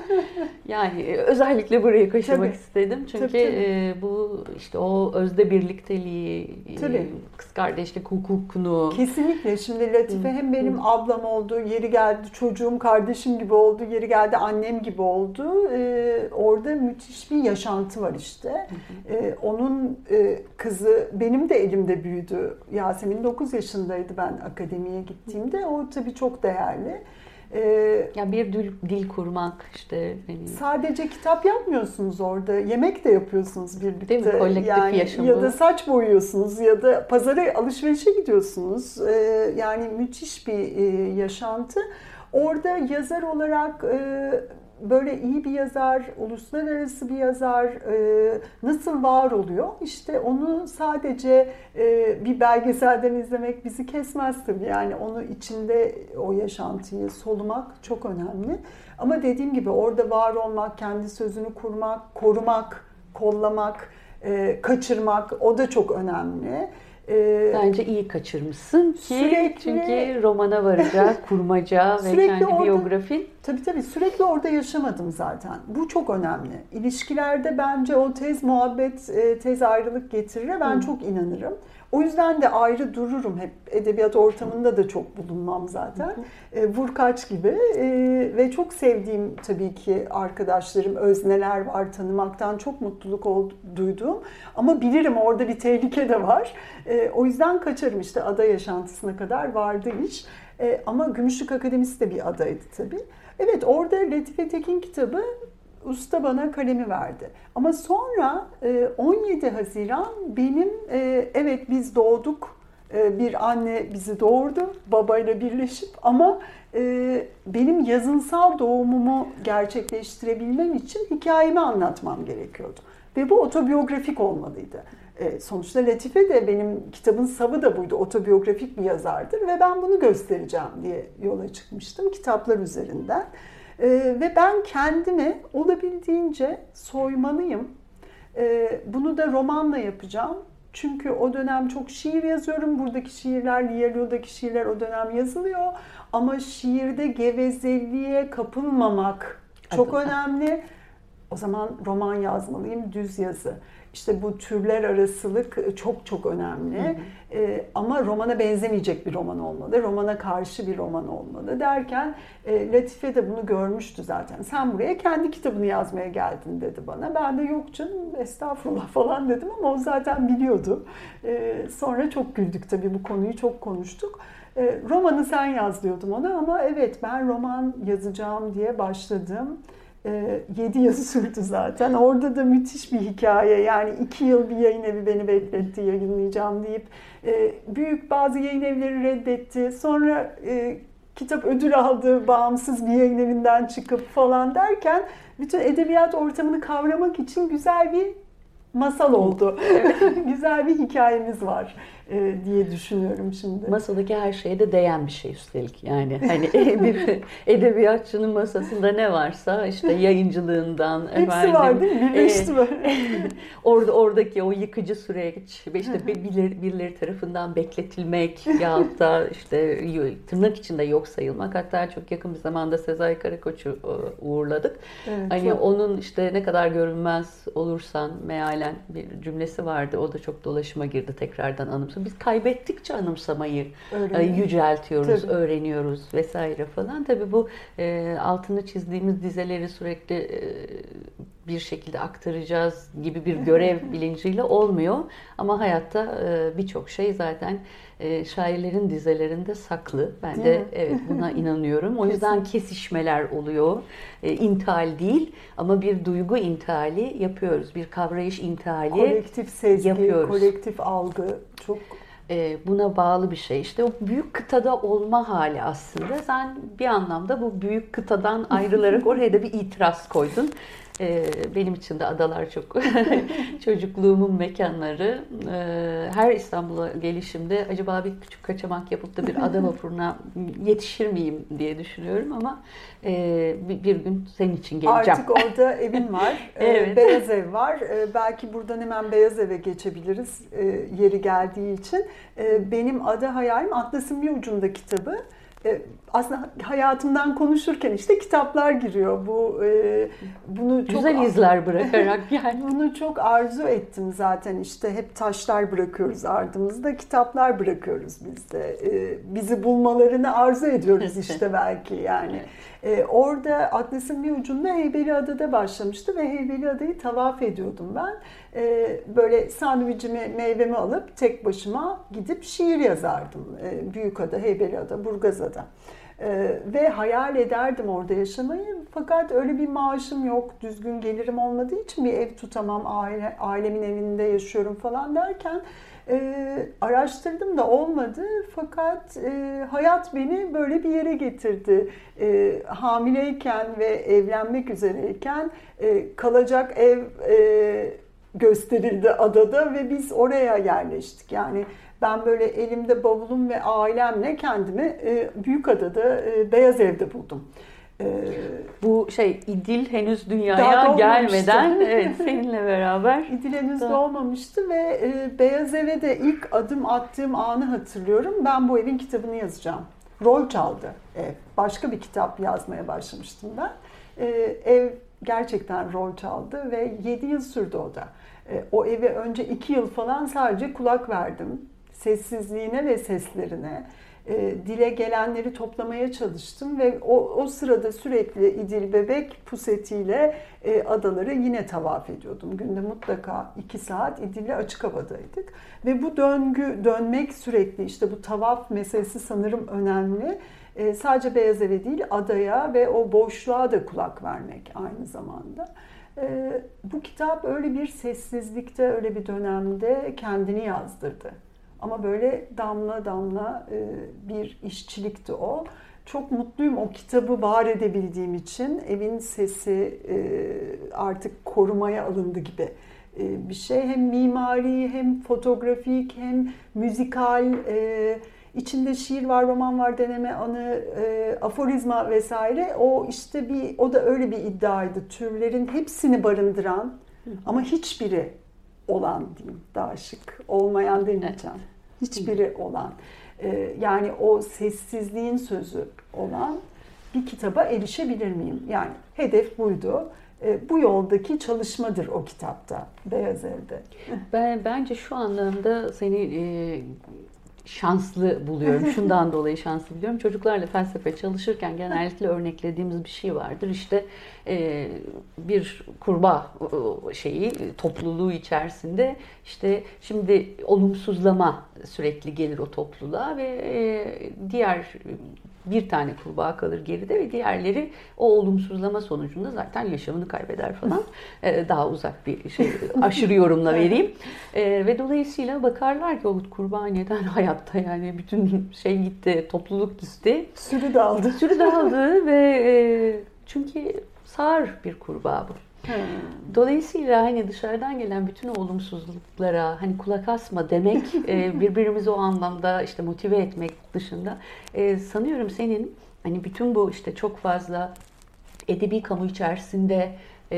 Yani özellikle burayı kaşımak tabii. istedim. Çünkü tabii, tabii. E, bu işte o özde birlikteliği, tabii. E, kız kardeşlik hukukunu. Kesinlikle. Şimdi Latife hem benim ablam oldu, yeri geldi çocuğum, kardeşim gibi oldu, yeri geldi annem gibi oldu. E, orada müthiş bir yaşantı var işte. E, onun e, kızı benim de elimde de büyüdü. Yasemin dokuz yaşındaydı ben akademiye gittiğimde. O tabii çok değerli. Ee, ya bir dil, dil kurmak işte. Hani... Sadece kitap yapmıyorsunuz orada. Yemek de yapıyorsunuz birlikte. Değil mi? Kolektif yani, yaşamı. Ya da saç boyuyorsunuz ya da pazara alışverişe gidiyorsunuz. Ee, yani müthiş bir e, yaşantı. Orada yazar olarak e, böyle iyi bir yazar, uluslararası bir yazar e, nasıl var oluyor? İşte onu sadece e, bir belgeselden izlemek bizi kesmez tabii. Yani onu içinde o yaşantıyı solumak çok önemli. Ama dediğim gibi orada var olmak, kendi sözünü kurmak, korumak, kollamak, e, kaçırmak o da çok önemli. Bence iyi kaçırmışsın ki sürekli, çünkü romana varacak, kurmaca ve kendi orada, biyografin. Tabii tabii sürekli orada yaşamadım zaten. Bu çok önemli. İlişkilerde bence o tez muhabbet, tez ayrılık getirir. Ben Hı. çok inanırım. O yüzden de ayrı dururum hep. Edebiyat ortamında da çok bulunmam zaten. E, vur kaç gibi. E, ve çok sevdiğim tabii ki arkadaşlarım, özneler var. Tanımaktan çok mutluluk oldu, duydum. Ama bilirim orada bir tehlike de var. E, o yüzden kaçarım işte ada yaşantısına kadar vardı iş. E, ama Gümüşlük Akademisi de bir adaydı tabii. Evet orada Latife Tekin kitabı usta bana kalemi verdi. Ama sonra on yedi Haziran benim evet biz doğduk. Bir anne bizi doğurdu babayla birleşip ama benim yazınsal doğumumu gerçekleştirebilmem için hikayemi anlatmam gerekiyordu. Ve bu otobiyografik olmalıydı. Sonuçta Latife de benim kitabın savı da buydu. Otobiyografik bir yazardır ve ben bunu göstereceğim diye yola çıkmıştım kitaplar üzerinden. Ee, ve ben kendimi olabildiğince soymalıyım. Ee, bunu da romanla yapacağım. Çünkü o dönem çok şiir yazıyorum. Buradaki şiirler, Liyalo'daki şiirler o dönem yazılıyor. Ama şiirde gevezeliğe kapılmamak çok Adım. önemli. O zaman roman yazmalıyım, düz yazı. İşte bu türler arasılık çok çok önemli. Hı hı. Ee, ama romana benzemeyecek bir roman olmalı. Romana karşı bir roman olmalı derken e, Latife de bunu görmüştü zaten. Sen buraya kendi kitabını yazmaya geldin dedi bana. Ben de yok canım estağfurullah falan dedim ama o zaten biliyordu. Ee, sonra çok güldük tabii bu konuyu çok konuştuk. Ee, romanı sen yaz diyordum ona ama evet ben roman yazacağım diye başladım. yedi yıl sürdü zaten. Orada da müthiş bir hikaye. Yani iki yıl bir yayın evi beni bekletti yayınlayacağım deyip büyük bazı yayın evleri reddetti. Sonra kitap ödül aldı, bağımsız bir yayın evinden çıkıp falan derken bütün edebiyat ortamını kavramak için güzel bir masal oldu. Güzel bir hikayemiz var e, diye düşünüyorum şimdi. Masadaki her şeye de değen bir şey üstelik. Yani hani bir edebiyatçının masasında ne varsa işte yayıncılığından hepsi efendim, var değil mi? Birleşti böyle. orada oradaki o yıkıcı süreç ve işte birileri, birileri tarafından bekletilmek yahut da işte tırnak içinde yok sayılmak. Hatta çok yakın bir zamanda Sezai Karakoç'u uğurladık. Evet, hani çok. Onun işte ne kadar görünmez olursan mealen bir cümlesi vardı. O da çok dolaşıma girdi tekrardan anımsamak. Biz kaybettikçe anımsamayı Öyle yüceltiyoruz, Tabii. öğreniyoruz vesaire falan. Tabii bu e, altını çizdiğimiz dizeleri sürekli e, bir şekilde aktaracağız gibi bir görev bilinciyle olmuyor. Ama hayatta birçok şey zaten şairlerin dizelerinde saklı. Ben de evet buna inanıyorum. O yüzden kesişmeler oluyor. İntihal değil ama bir duygu intihali yapıyoruz. Bir kavrayış intihali kolektif sezgi, yapıyoruz. Kolektif algı çok buna bağlı bir şey. İşte o büyük kıtada olma hali aslında. Sen bir anlamda bu büyük kıtadan ayrılarak oraya da bir itiraz koydun. Benim için de adalar çok çocukluğumun mekanları. Her İstanbul'a gelişimde acaba bir küçük kaçamak yapıp da bir ada vapuruna yetişir miyim diye düşünüyorum ama bir gün senin için geleceğim. Artık orada evin var. Evet. Beyaz ev var. Belki buradan hemen beyaz eve geçebiliriz yeri geldiği için. Benim ada hayalim Atlas'ın bir ucunda kitabı. Aslında hayatımdan konuşurken işte kitaplar giriyor. Bu bunu çok güzel izler bırakarak yani. Bunu çok arzu ettim zaten. İşte hep taşlar bırakıyoruz ardımızda, kitaplar bırakıyoruz biz de. Bizi bulmalarını arzu ediyoruz işte belki yani. Orada Atlas'ın bir ucunda Heybeliada'da başlamıştı ve Heybeliada'yı tavaf ediyordum ben. Böyle sandviçimi, meyvemi alıp tek başıma gidip şiir yazardım. Büyükada, Heybeliada, Burgazada. Ee, ve hayal ederdim orada yaşamayı. Fakat öyle bir maaşım yok, düzgün gelirim olmadığı için bir ev tutamam, aile, ailemin evinde yaşıyorum falan derken e, araştırdım da olmadı. Fakat e, hayat beni böyle bir yere getirdi. E, hamileyken ve evlenmek üzereyken e, kalacak ev e, gösterildi adada ve biz oraya yerleştik. Yani ben böyle elimde bavulum ve ailemle kendimi e, Büyükada'da e, beyaz evde buldum. E, Bu şey İdil henüz dünyaya gelmeden evet seninle beraber. İdil henüz da. doğmamıştı ve e, beyaz eve de ilk adım attığım anı hatırlıyorum. Ben bu evin kitabını yazacağım. Rol çaldı ev. Başka bir kitap yazmaya başlamıştım ben. E, ev gerçekten rol çaldı ve yedi yıl sürdü o da. E, o eve önce iki yıl falan sadece kulak verdim. Sessizliğine ve seslerine, e, dile gelenleri toplamaya çalıştım ve o, o sırada sürekli İdil bebek pusetiyle e, adaları yine tavaf ediyordum. Günde mutlaka iki saat İdil'le açık havadaydık. Ve bu döngü, dönmek sürekli işte bu tavaf meselesi sanırım önemli. E, sadece beyaz eve değil adaya ve o boşluğa da kulak vermek aynı zamanda. E, bu kitap öyle bir sessizlikte, öyle bir dönemde kendini yazdırdı. Ama böyle damla damla bir işçilikti o. Çok mutluyum o kitabı var edebildiğim için. Evin sesi artık korumaya alındı gibi bir şey. Hem mimari, hem fotoğrafik, hem müzikal. İçinde şiir var, roman var, deneme, anı, aforizma vesaire. O işte bir, o da öyle bir iddiaydı. Türlerin hepsini barındıran ama hiçbiri olan diyeyim, daha şık olmayan demeyeceğim. Hiçbiri olan, yani o sessizliğin sözü olan bir kitaba erişebilir miyim? Yani hedef buydu. Bu yoldaki çalışmadır o kitapta, Beyaz Ev'de. Ben, bence şu anlamda seni e, şanslı buluyorum. Şundan dolayı şanslı buluyorum. Çocuklarla felsefe çalışırken genellikle örneklediğimiz bir şey vardır. İşte e, bir kurbağa şeyi topluluğu içerisinde işte şimdi olumsuzlama sürekli gelir o topluluğa ve e, diğer bir tane kurbağa kalır geride ve diğerleri o olumsuzlama sonucunda zaten yaşamını kaybeder falan. Ee, daha uzak bir şey, aşırı yorumla vereyim. Ee, ve dolayısıyla bakarlar ki o kurbağa neden hayatta, yani bütün şey gitti, topluluk gitti. Sürü dağıldı. Sürü dağıldı ve e, çünkü sağır bir kurbağa bu. Dolayısıyla hani dışarıdan gelen bütün olumsuzluklara hani kulak asma demek, birbirimizi o anlamda işte motive etmek dışında sanıyorum senin hani bütün bu işte çok fazla edebi kamu içerisinde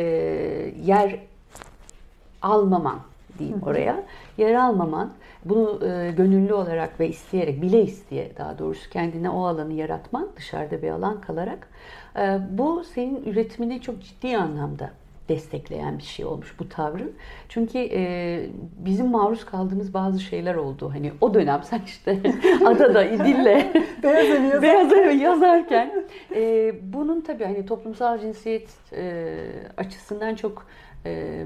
yer almaman diyeyim oraya, yer almaman, bunu gönüllü olarak ve isteyerek, bile isteye daha doğrusu kendine o alanı yaratman, dışarıda bir alan kalarak, bu senin üretimini çok ciddi anlamda destekleyen bir şey olmuş bu tavrın. Çünkü e, bizim maruz kaldığımız bazı şeyler oldu. Hani o dönem sen işte adada İdil'le Beyaz Evi yazarken e, bunun tabii hani toplumsal cinsiyet e, açısından çok e,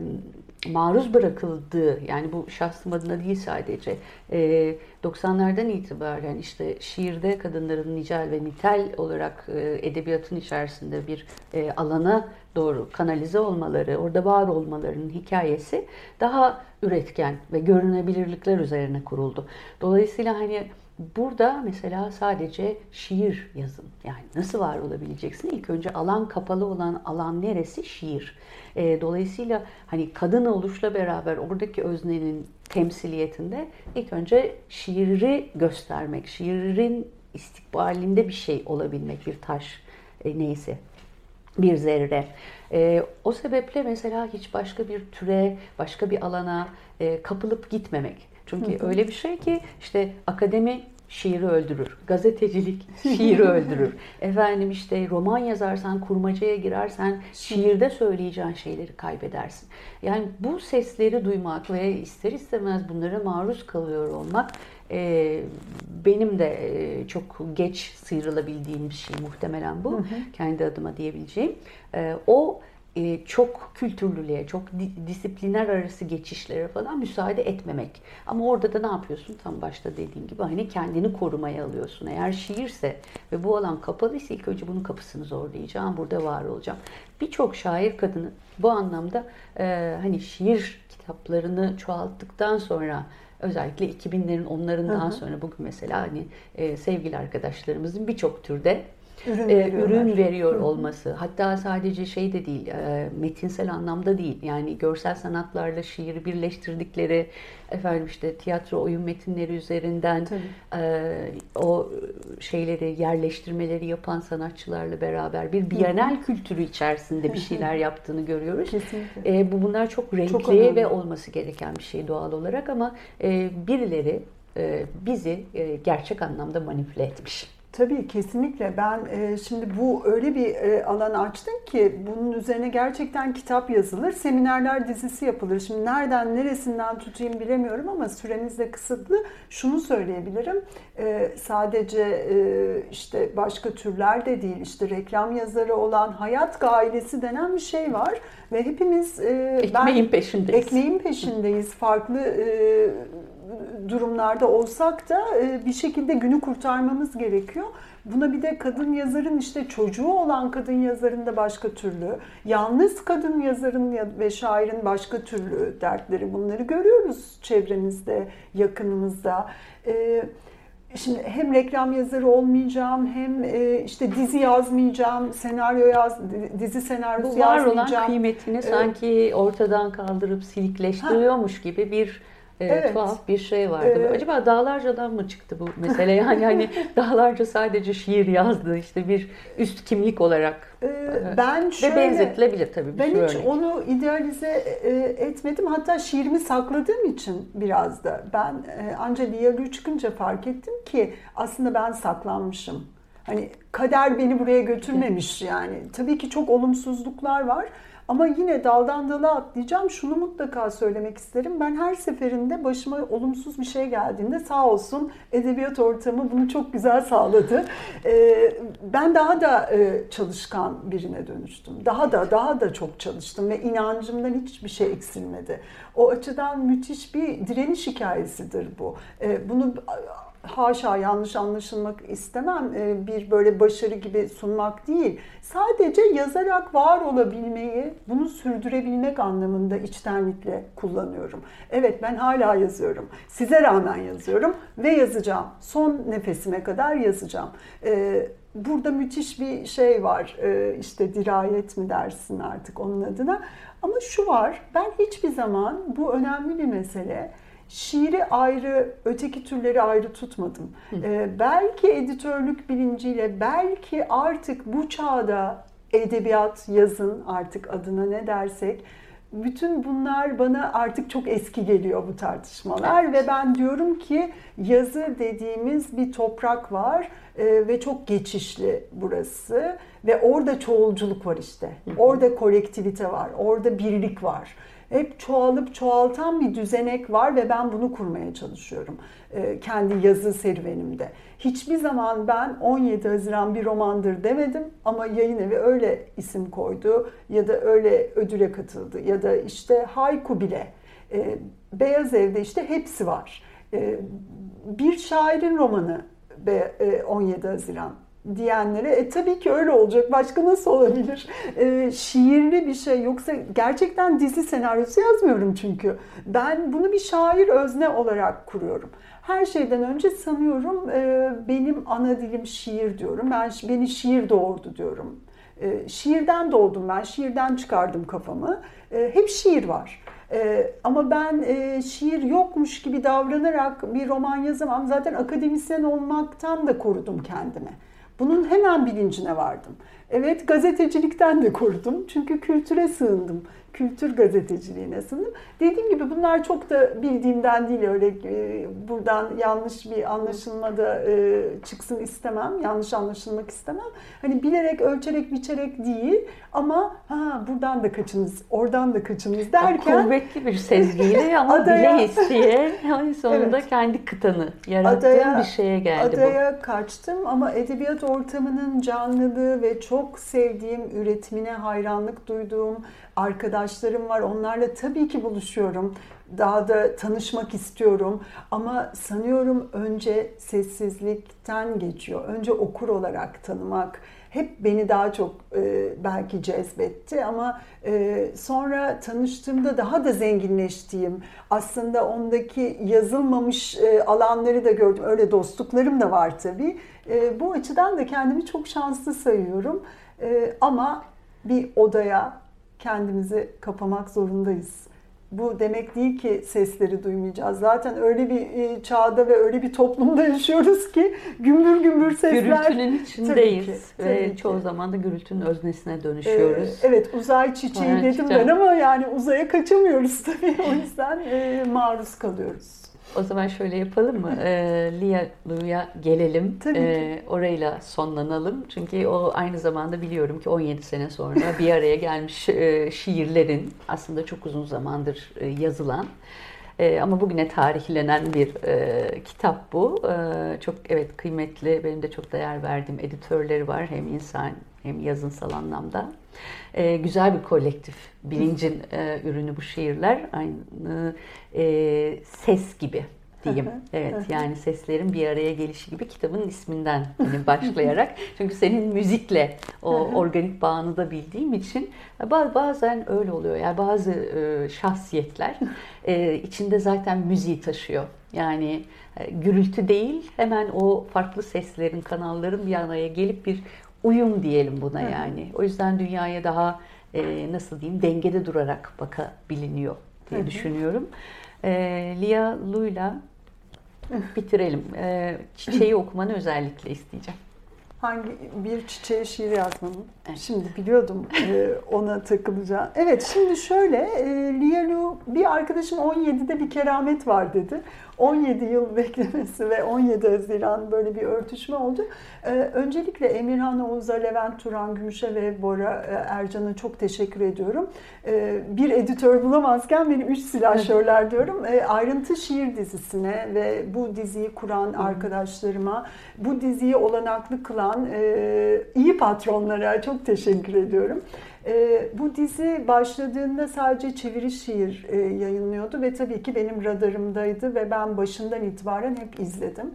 maruz bırakıldığı, yani bu şahsım adına değil sadece, e, doksanlardan itibaren işte şiirde kadınların nicel ve nitel olarak e, edebiyatın içerisinde bir e, alana doğru kanalize olmaları, orada var olmalarının hikayesi daha üretken ve görünebilirlikler üzerine kuruldu. Dolayısıyla hani burada mesela sadece şiir yazın. Yani nasıl var olabileceksin? İlk önce alan kapalı olan alan neresi? Şiir. E, dolayısıyla hani kadın oluşla beraber oradaki öznenin temsiliyetinde ilk önce şiiri göstermek, şiirin istikbalinde bir şey olabilmek, bir taş e, neyse, bir zerre. E, o sebeple mesela hiç başka bir türe, başka bir alana e, kapılıp gitmemek. Çünkü hı hı. öyle bir şey ki işte akademi şiiri öldürür. Gazetecilik şiiri öldürür. Efendim işte roman yazarsan, kurmacaya girersen şiirde söyleyeceğin şeyleri kaybedersin. Yani bu sesleri duymak ve ister istemez bunlara maruz kalıyor olmak e, benim de e, çok geç sıyrılabildiğim bir şey muhtemelen bu. Hı hı. Kendi adıma diyebileceğim. E, o çok kültürlülüğe, çok disipliner arası geçişlere falan müsaade etmemek. Ama orada da ne yapıyorsun? Tam başta dediğim gibi hani kendini korumaya alıyorsun. Eğer şiirse ve bu alan kapalıysa ilk önce bunun kapısını zorlayacağım, burada var olacağım. Birçok şair kadını bu anlamda e, hani şiir kitaplarını çoğalttıktan sonra, özellikle iki binlerin onlarından hı hı. sonra bugün mesela hani e, sevgili arkadaşlarımızın birçok türde Ürün, e, ürün veriyor Hı-hı. olması. Hatta sadece şey de değil, e, metinsel anlamda değil. Yani görsel sanatlarla şiiri birleştirdikleri, efendim işte tiyatro oyun metinleri üzerinden e, o şeyleri, yerleştirmeleri yapan sanatçılarla beraber bir bienal Hı-hı. kültürü içerisinde bir şeyler yaptığını görüyoruz. Kesinlikle. E, bu bunlar çok renkli çok ve olması gereken bir şey doğal olarak, ama e, birileri e, bizi e, gerçek anlamda manipüle etmiş. Tabii kesinlikle. Ben e, şimdi bu öyle bir e, alan açtım ki bunun üzerine gerçekten kitap yazılır, seminerler dizisi yapılır. Şimdi nereden neresinden tutayım bilemiyorum ama süremiz de kısıtlı. Şunu söyleyebilirim. E, sadece e, işte başka türler de değil, işte reklam yazarı olan hayat gailesi denen bir şey var ve hepimiz e, ekmeğin ben, peşindeyiz. Ekmeğin peşindeyiz. Farklı e, durumlarda olsak da bir şekilde günü kurtarmamız gerekiyor. Buna bir de kadın yazarın, işte çocuğu olan kadın yazarın da başka türlü, yalnız kadın yazarın ve şairin başka türlü dertleri, bunları görüyoruz çevremizde, yakınımızda. Şimdi hem reklam yazarı olmayacağım, hem işte dizi yazmayacağım, senaryo yaz, dizi senaryosu yazmayacağım. Bu var olan kıymetini evet. sanki ortadan kaldırıp silikleştiriyormuş ha. gibi bir Evet. tuhaf bir şey vardı. Evet. Acaba Dağlarca'dan mı çıktı bu mesele? Yani hani Dağlarca sadece şiir yazdı, işte bir üst kimlik olarak. Ben şöyle, ve benzetilebilir tabii. Bir ben hiç örnek. onu idealize etmedim. Hatta şiirimi sakladığım için biraz da. Ben ancak diyaloğu çıkınca fark ettim ki aslında ben saklanmışım. Hani kader beni buraya götürmemiş yani. Tabii ki çok olumsuzluklar var. Ama yine daldan dala atlayacağım. Şunu mutlaka söylemek isterim. Ben her seferinde başıma olumsuz bir şey geldiğinde sağ olsun edebiyat ortamı bunu çok güzel sağladı. Ben daha da çalışkan birine dönüştüm. Daha da daha da çok çalıştım ve inancımdan hiçbir şey eksilmedi. O açıdan müthiş bir direniş hikayesidir bu. Bunu haşa yanlış anlaşılmak istemem, bir böyle başarı gibi sunmak değil. Sadece yazarak var olabilmeyi, bunu sürdürebilmek anlamında içtenlikle kullanıyorum. Evet, ben hala yazıyorum. Size rağmen yazıyorum ve yazacağım. Son nefesime kadar yazacağım. Burada müthiş bir şey var. İşte dirayet mi dersin artık onun adına. Ama şu var, ben hiçbir zaman, bu önemli bir mesele, şiiri ayrı, öteki türleri ayrı tutmadım. Ee, belki editörlük bilinciyle, belki artık bu çağda edebiyat, yazın artık adına ne dersek, bütün bunlar bana artık çok eski geliyor bu tartışmalar. Evet. Ve ben diyorum ki yazı dediğimiz bir toprak var e, ve çok geçişli burası. Ve orada çoğulculuk var işte. Orada kolektivite var, orada birlik var. Hep çoğalıp çoğaltan bir düzenek var ve ben bunu kurmaya çalışıyorum e, kendi yazı serüvenimde. Hiçbir zaman ben on yedi Haziran bir romandır demedim ama yayın evi öyle isim koydu ya da öyle ödüle katıldı ya da işte haiku bile. E, Beyaz Ev'de işte hepsi var. E, bir şairin romanı e, on yedi Haziran. Diyenlere e tabii ki öyle olacak. Başka nasıl olabilir? E, şiirli bir şey yoksa gerçekten dizi senaryosu yazmıyorum çünkü. Ben bunu bir şair özne olarak kuruyorum. Her şeyden önce sanıyorum e, benim ana dilim şiir diyorum. Ben beni şiir doğurdu diyorum. E, şiirden doğdum ben. Şiirden çıkardım kafamı. E, hep şiir var. Ee, ama ben e, şiir yokmuş gibi davranarak bir roman yazamam. Zaten akademisyen olmaktan da korudum kendimi. Bunun hemen bilincine vardım. Evet, gazetecilikten de korudum. Çünkü kültüre sığındım. Kültür gazeteciliğine sığındım. Dediğim gibi bunlar çok da bildiğimden değil, öyle e, buradan yanlış bir anlaşılma da e, çıksın istemem. Yanlış anlaşılmak istemem. Hani bilerek, ölçerek, biçerek değil ama ha buradan da kaçınız, oradan da kaçınız derken. Kuvvetli bir sezgiyle ama adaya, bile isteye yani sonunda evet, kendi kıtanı yarattığın adaya, bir şeye geldi adaya bu. Adaya kaçtım ama edebiyat ortamının canlılığı ve çok sevdiğim, üretimine hayranlık duyduğum arkadaşlarım var. Onlarla tabii ki buluşuyorum. Daha da tanışmak istiyorum. Ama sanıyorum önce sessizlikten geçiyor. Önce okur olarak tanımak hep beni daha çok e, belki cezbetti ama e, sonra tanıştığımda daha da zenginleştiğim, aslında ondaki yazılmamış e, alanları da gördüm. Öyle dostluklarım da var tabii. E, bu açıdan da kendimi çok şanslı sayıyorum. E, ama bir odaya kendimizi kapamak zorundayız. Bu demek değil ki sesleri duymayacağız. Zaten öyle bir çağda ve öyle bir toplumda yaşıyoruz ki gümbür gümbür sesler. Gürültünün içindeyiz. Tabii ki, tabii ve ki. Çoğu zaman da gürültünün öznesine dönüşüyoruz. Ee, evet, uzay çiçeği Aynen, dedim çiçeğim. ben ama yani uzaya kaçamıyoruz tabii. O yüzden e, maruz kalıyoruz. O zaman şöyle yapalım mı? E, Lia Lu'ya gelelim. Tabii e, orayla sonlanalım. Çünkü o aynı zamanda biliyorum ki on yedi sene sonra bir araya gelmiş e, şiirlerin aslında çok uzun zamandır e, yazılan e, ama bugüne tarihlenen bir e, kitap bu. E, çok evet kıymetli, benim de çok değer verdiğim editörleri var. Hem insan hem yazınsal anlamda. Ee, güzel bir kolektif bilincin e, ürünü bu şiirler. Aynı e, ses gibi diyeyim. Evet, yani seslerin bir araya gelişi gibi kitabın isminden hani başlayarak. Çünkü senin müzikle o organik bağını da bildiğim için bazen öyle oluyor. Yani bazı e, şahsiyetler e, içinde zaten müziği taşıyor. Yani e, gürültü değil, hemen o farklı seslerin, kanalların bir araya gelip bir uyum diyelim buna yani. O yüzden dünyaya daha e, nasıl diyeyim dengede durarak bakabiliniyor diye Hı-hı. düşünüyorum. E, Lia Lu'yla bitirelim. E, çiçeği okumanı özellikle isteyeceğim. Hangi bir çiçeğe şiir yazmamı? Evet. Şimdi biliyordum e, ona takılacağım. Evet, şimdi şöyle e, Lia Lu, bir arkadaşım on yedide bir keramet var dedi. on yedi yıl beklemesi ve on yedi Haziran böyle bir örtüşme oldu. Ee, öncelikle Emirhan Oğuz'a, Levent Turan Gümüş'e ve Bora Ercan'a çok teşekkür ediyorum. Ee, bir editör bulamazken beni üç silahşörler diyorum. Ee, Ayrıntı Şiir dizisine ve bu diziyi kuran arkadaşlarıma, bu diziyi olanaklı kılan e, iyi patronlara çok teşekkür ediyorum. E, bu dizi başladığında sadece çeviri şiir e, yayınlıyordu ve tabii ki benim radarımdaydı ve ben başından itibaren hep izledim.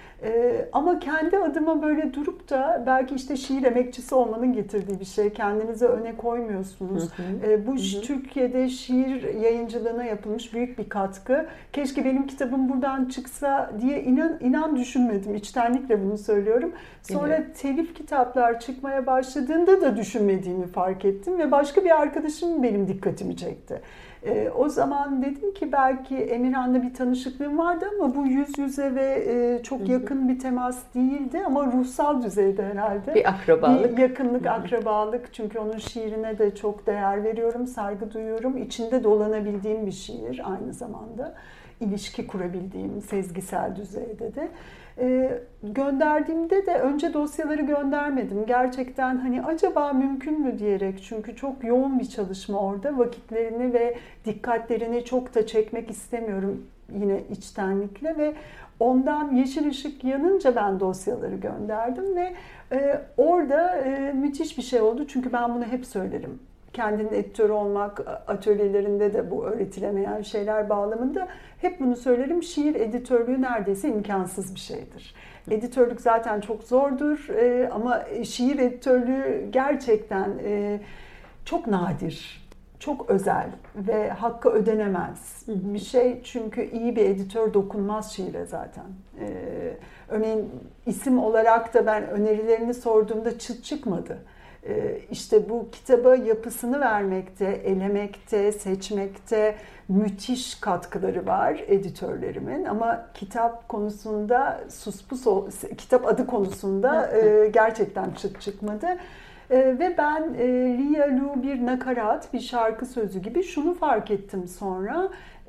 E, ama kendi adıma böyle durup da belki işte şiir emekçisi olmanın getirdiği bir şey. Kendinizi öne koymuyorsunuz. Hı hı. E, bu hı hı. Türkiye'de şiir yayıncılığına yapılmış büyük bir katkı. Keşke benim kitabım buradan çıksa diye inan, inan düşünmedim. İçtenlikle bunu söylüyorum. Sonra evet. telif kitaplar çıkmaya başladığında da düşünmediğimi fark ettim ve başka bir arkadaşım benim dikkatimi çekti. E, o zaman dedim ki belki Emirhan'la bir tanışıklığım vardı ama bu yüz yüze ve e, çok yakın bir temas değildi ama ruhsal düzeyde herhalde. Bir akrabalık. Bir yakınlık, akrabalık. Çünkü onun şiirine de çok değer veriyorum, saygı duyuyorum. İçinde dolanabildiğim bir şiir aynı zamanda. İlişki kurabildiğim sezgisel düzeyde de. Ee, gönderdiğimde de önce dosyaları göndermedim. Gerçekten hani acaba mümkün mü diyerek, çünkü çok yoğun bir çalışma orada. Vakitlerini ve dikkatlerini çok da çekmek istemiyorum yine içtenlikle ve ondan yeşil ışık yanınca ben dosyaları gönderdim ve e, orada e, müthiş bir şey oldu. Çünkü ben bunu hep söylerim. Kendinin editörü olmak, atölyelerinde de bu öğretilemeyen şeyler bağlamında hep bunu söylerim. Şiir editörlüğü neredeyse imkansız bir şeydir. Editörlük zaten çok zordur ama şiir editörlüğü gerçekten çok nadir, çok özel ve hakkı ödenemez bir şey. Çünkü iyi bir editör dokunmaz şiire zaten. Örneğin isim olarak da ben önerilerini sorduğumda çıt çıkmadı. İşte bu kitaba yapısını vermekte, elemekte, seçmekte müthiş katkıları var editörlerimin. Ama kitap konusunda suspus, kitap adı konusunda gerçekten çıt çıkmadı. Ve ben Lia Lu bir nakarat, bir şarkı sözü gibi şunu fark ettim sonra.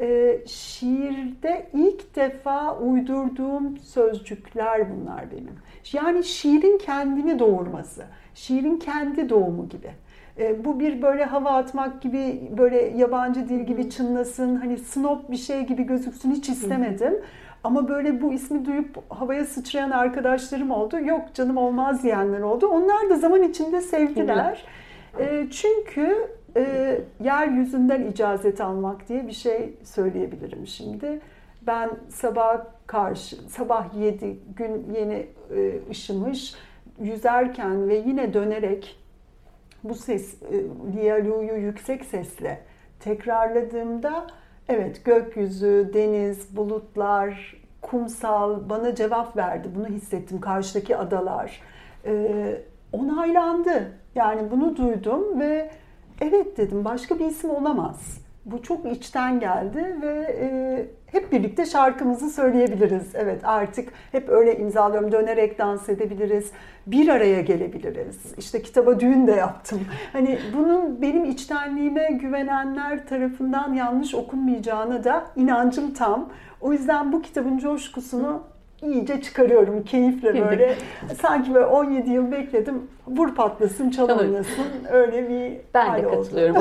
Şiirde ilk defa uydurduğum sözcükler bunlar benim. Yani şiirin kendini doğurması. Şiirin kendi doğumu gibi. E, bu bir böyle hava atmak gibi, böyle yabancı dil gibi çınlasın, hani snob bir şey gibi gözüksün hiç istemedim. Hı hı. Ama böyle bu ismi duyup havaya sıçrayan arkadaşlarım oldu. Yok canım olmaz diyenler oldu. Onlar da zaman içinde sevdiler. E, çünkü e, yeryüzünden icazet almak diye bir şey söyleyebilirim şimdi. Ben sabah karşı, sabah yedi, gün yeni e, ışımış, yüzerken ve yine dönerek bu ses, Lia Lu'yu yüksek sesle tekrarladığımda evet gökyüzü, deniz, bulutlar, kumsal bana cevap verdi. Bunu hissettim. Karşıdaki adalar. Ee, onaylandı. Yani bunu duydum ve evet dedim, başka bir isim olamaz. Bu çok içten geldi ve e, hep birlikte şarkımızı söyleyebiliriz. Evet, artık hep öyle imzalıyorum. Dönerek dans edebiliriz. Bir araya gelebiliriz. İşte kitaba düğün de yaptım. Hani bunun benim içtenliğime güvenenler tarafından yanlış okunmayacağına da inancım tam. O yüzden bu kitabın coşkusunu iyice çıkarıyorum keyifle böyle. Sanki böyle on yedi yıl bekledim. Vur patlasın, çal oynasın. Öyle bir ben hal de oldu. katılıyorum.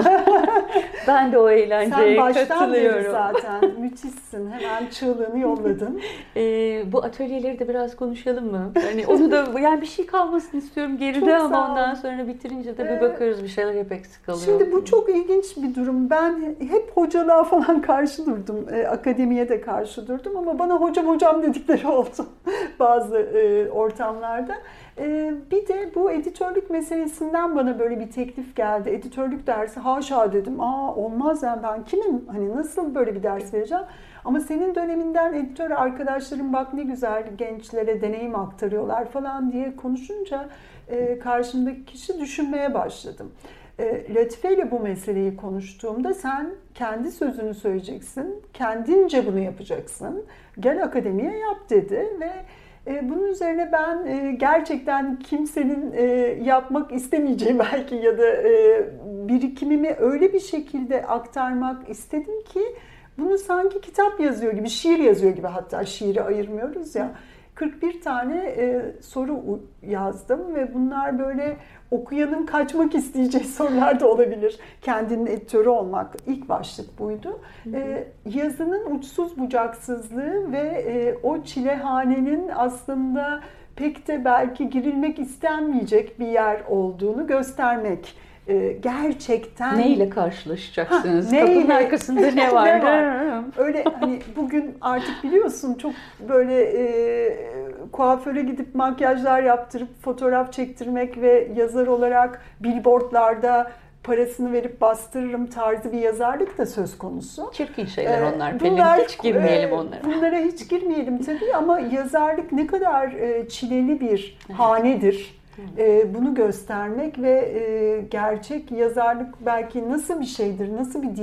Ben de o eğlenceye katılıyorum. Sen baştan beri zaten müthişsin. Hemen çığlığını yolladın. Ee, bu atölyeleri de biraz konuşalım mı? Hani onu da, yani bir şey kalmasını istiyorum geride ama ondan sonra bitirince de bir bakarız, bir şeyler hep eksik kalıyor. Şimdi bu çok ilginç bir durum. Ben hep hocalığa falan karşı durdum. E, akademiye de karşı durdum ama bana hocam hocam dedikleri oldu bazı e, ortamlarda. E, bir de bu editörlük meselesinden bana böyle bir teklif geldi. Editörlük dersi, haşa dedim. Aa olmaz yani, ben kimim? Hani nasıl böyle bir ders vereceğim? Ama senin döneminden editör arkadaşlarım bak ne güzel gençlere deneyim aktarıyorlar falan diye konuşunca e, karşımdaki kişi düşünmeye başladım. E, Latife ile bu meseleyi konuştuğumda sen kendi sözünü söyleyeceksin, kendince bunu yapacaksın, gel akademiye yap dedi ve e, bunun üzerine ben e, gerçekten kimsenin e, yapmak istemeyeceği belki ya da e, birikimimi öyle bir şekilde aktarmak istedim ki bunu sanki kitap yazıyor gibi, şiir yazıyor gibi, hatta şiiri ayırmıyoruz ya. kırk bir tane e, soru yazdım ve bunlar böyle okuyanın kaçmak isteyeceği sorular da olabilir. Kendinin editörü olmak ilk başlık buydu. E, yazının uçsuz bucaksızlığı ve e, o çilehanenin aslında pek de belki girilmek istenmeyecek bir yer olduğunu göstermek. Gerçekten neyle karşılaşacaksınız? Ha, neyle? Kapının arkasında ne var? ne var? Öyle hani bugün artık biliyorsun çok böyle e, kuaföre gidip makyajlar yaptırıp fotoğraf çektirmek ve yazar olarak billboardlarda parasını verip bastırırım tarzı bir yazarlık da söz konusu. Çirkin şeyler ee, onlar. Bunlar, hiç girmeyelim onlara. Bunlara hiç girmeyelim tabii ama yazarlık ne kadar e, çileli bir hanedir. Bunu göstermek ve gerçek yazarlık belki nasıl bir şeydir, nasıl bir diyet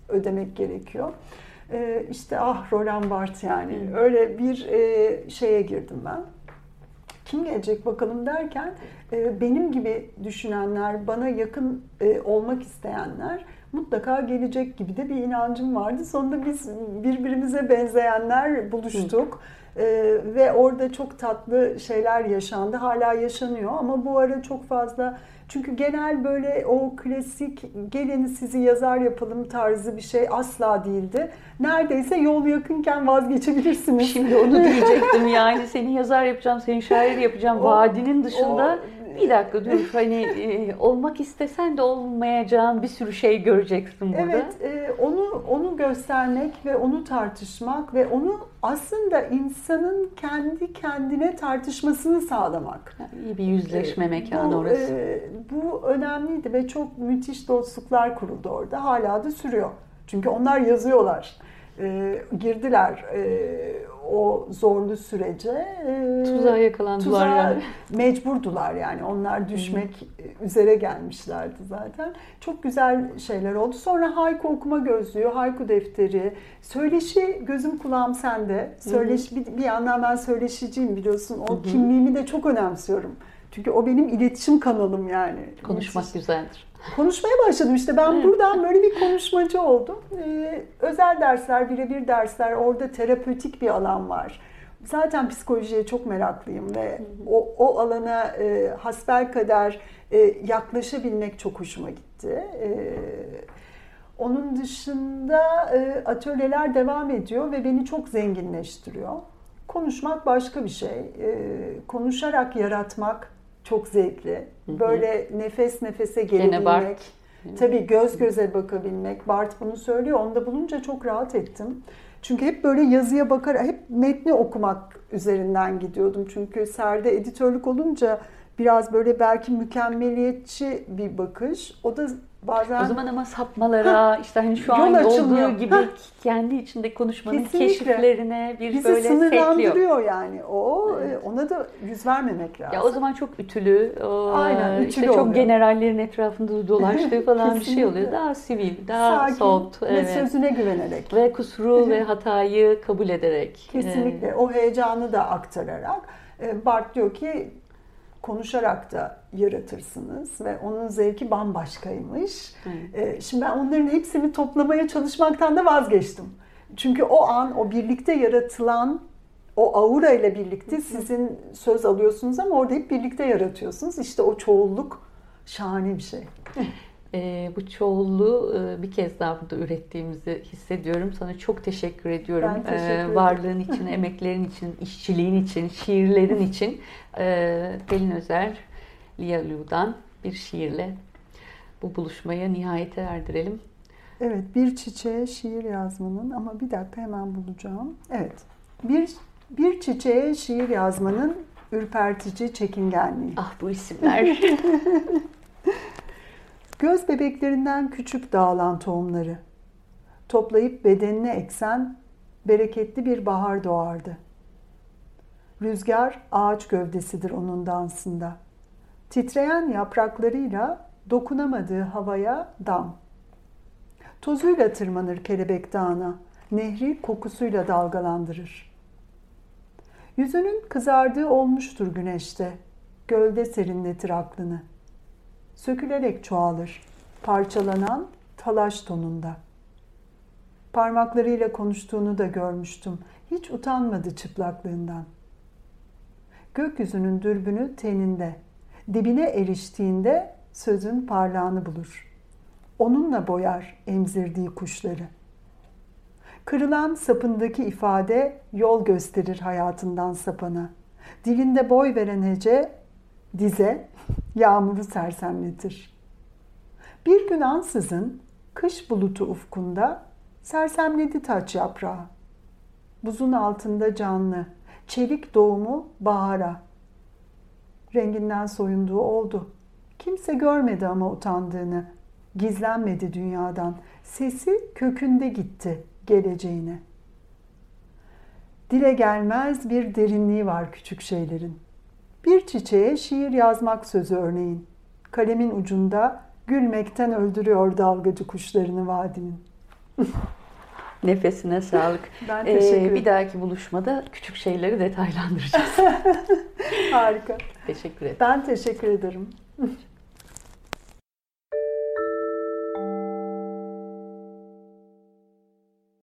ödemek gerekiyor. Ee, işte ah Roland Barthes yani hmm. öyle bir e, şeye girdim ben. Kim gelecek bakalım derken e, benim gibi düşünenler, bana yakın e, olmak isteyenler mutlaka gelecek gibi de bir inancım vardı. Sonunda biz birbirimize benzeyenler buluştuk. Ee, ve orada çok tatlı şeyler yaşandı. Hala yaşanıyor ama bu ara çok fazla, çünkü genel böyle o klasik gelin sizi yazar yapalım tarzı bir şey asla değildi. Neredeyse yol yakınken vazgeçebilirsiniz. Şimdi onu diyecektim yani seni yazar yapacağım, seni şair yapacağım o, vaadinin dışında. O, bir dakika dur, hani e, olmak istesen de olmayacağın bir sürü şey göreceksin burada. Evet, e, onu onu göstermek ve onu tartışmak ve onu aslında insanın kendi kendine tartışmasını sağlamak. Yani iyi bir yüzleşme e, mekanı bu, orası. E, bu önemliydi ve çok müthiş dostluklar kuruldu orada. Hala da sürüyor. Çünkü onlar yazıyorlar. E, girdiler e, o zorlu sürece. E, tuzağa yakalandılar tuzağa yani. Mecburdular yani. Onlar düşmek Hı-hı. üzere gelmişlerdi zaten. Çok güzel şeyler oldu. Sonra haiku okuma gözlüğü, haiku defteri, söyleşi gözüm kulağım sende. Söyleşi, bir, bir yandan ben söyleşiciyim biliyorsun. O Hı-hı. kimliğimi de çok önemsiyorum. Çünkü o benim iletişim kanalım yani. Konuşmak Müthiş. Güzeldir. Konuşmaya başladım işte ben evet. buradan böyle bir konuşmacı oldum. Ee, özel dersler, birebir dersler, orada terapötik bir alan var. Zaten psikolojiye çok meraklıyım ve o, o alana e, hasbelkader e, yaklaşabilmek çok hoşuma gitti. E, onun dışında e, atölyeler devam ediyor ve beni çok zenginleştiriyor. Konuşmak başka bir şey. E, konuşarak yaratmak çok zevkli. Böyle hı hı. nefes nefese gelebilmek. Tabii göz göze bakabilmek. Bart bunu söylüyor. Onu da bulunca çok rahat ettim. Çünkü hep böyle yazıya bakar, hep metni okumak üzerinden gidiyordum. Çünkü Serde editörlük olunca biraz böyle belki mükemmeliyetçi bir bakış. O da bazen... O zaman ama sapmalara, işte hani şu an olduğu gibi ha. kendi içinde konuşmanın Kesinlikle. keşiflerine bir Bizi böyle setliyor. Bizi sınırlandırıyor yani. O evet. Ona da yüz vermemek lazım. Ya o zaman çok ütülü, o Aynen, ütülü işte oluyor. Çok generallerin etrafında dolaştığı falan bir şey oluyor. Daha sivil, daha Sakin soft. Ve evet. sözüne güvenerek. Ve kusuru ve hatayı kabul ederek. Kesinlikle. Evet. O heyecanı da aktararak. Bart diyor ki konuşarak da yaratırsınız ve onun zevki bambaşkaymış. Evet. Şimdi ben onların hepsini toplamaya çalışmaktan da vazgeçtim. Çünkü o an o birlikte yaratılan o aura ile birlikte sizin söz alıyorsunuz ama orada hep birlikte yaratıyorsunuz. İşte o çoğulluk şahane bir şey. E, bu çoğulluğu e, bir kez daha burada ürettiğimizi hissediyorum. Sana çok teşekkür ediyorum. Ben teşekkür ederim. E, varlığın için, emeklerin için, işçiliğin için, şiirlerin için. E, Pelin Özer, Lia Lu'dan bir şiirle bu buluşmayı nihayete erdirelim. Evet, bir çiçeğe şiir yazmanın, ama bir dakika hemen bulacağım. Evet, bir bir çiçeğe şiir yazmanın ürpertici çekingenliği. Ah bu isimler. Göz bebeklerinden küçük dağılan tohumları toplayıp bedenine eksen bereketli bir bahar doğardı. Rüzgar ağaç gövdesidir onun dansında. Titreyen yapraklarıyla dokunamadığı havaya dam. Tozuyla tırmanır kelebek dağına, nehri kokusuyla dalgalandırır. Yüzünün kızardığı olmuştur güneşte, gölde serinletir aklını. Sökülerek çoğalır, parçalanan talaş tonunda. Parmaklarıyla konuştuğunu da görmüştüm, hiç utanmadı çıplaklığından. Gökyüzünün dürbünü teninde, dibine eriştiğinde sözün parlağını bulur. Onunla boyar emzirdiği kuşları. Kırılan sapındaki ifade yol gösterir hayatından sapana. Dilinde boy veren hece, dize, yağmuru sersemletir. Bir gün ansızın kış bulutu ufkunda sersemledi taç yaprağı. Buzun altında canlı, çelik doğumu bahara. Renginden soyunduğu oldu. Kimse görmedi ama utandığını. Gizlenmedi dünyadan. Sesi kökünde gitti geleceğine. Dile gelmez bir derinliği var küçük şeylerin. Bir çiçeğe şiir yazmak sözü örneğin. Kalemin ucunda gülmekten öldürüyor dalgacı kuşlarını vadinin. Nefesine sağlık. Ben teşekkür ederim. Ee, bir dahaki buluşmada küçük şeyleri detaylandıracağız. Harika. Teşekkür ederim. Ben teşekkür ederim.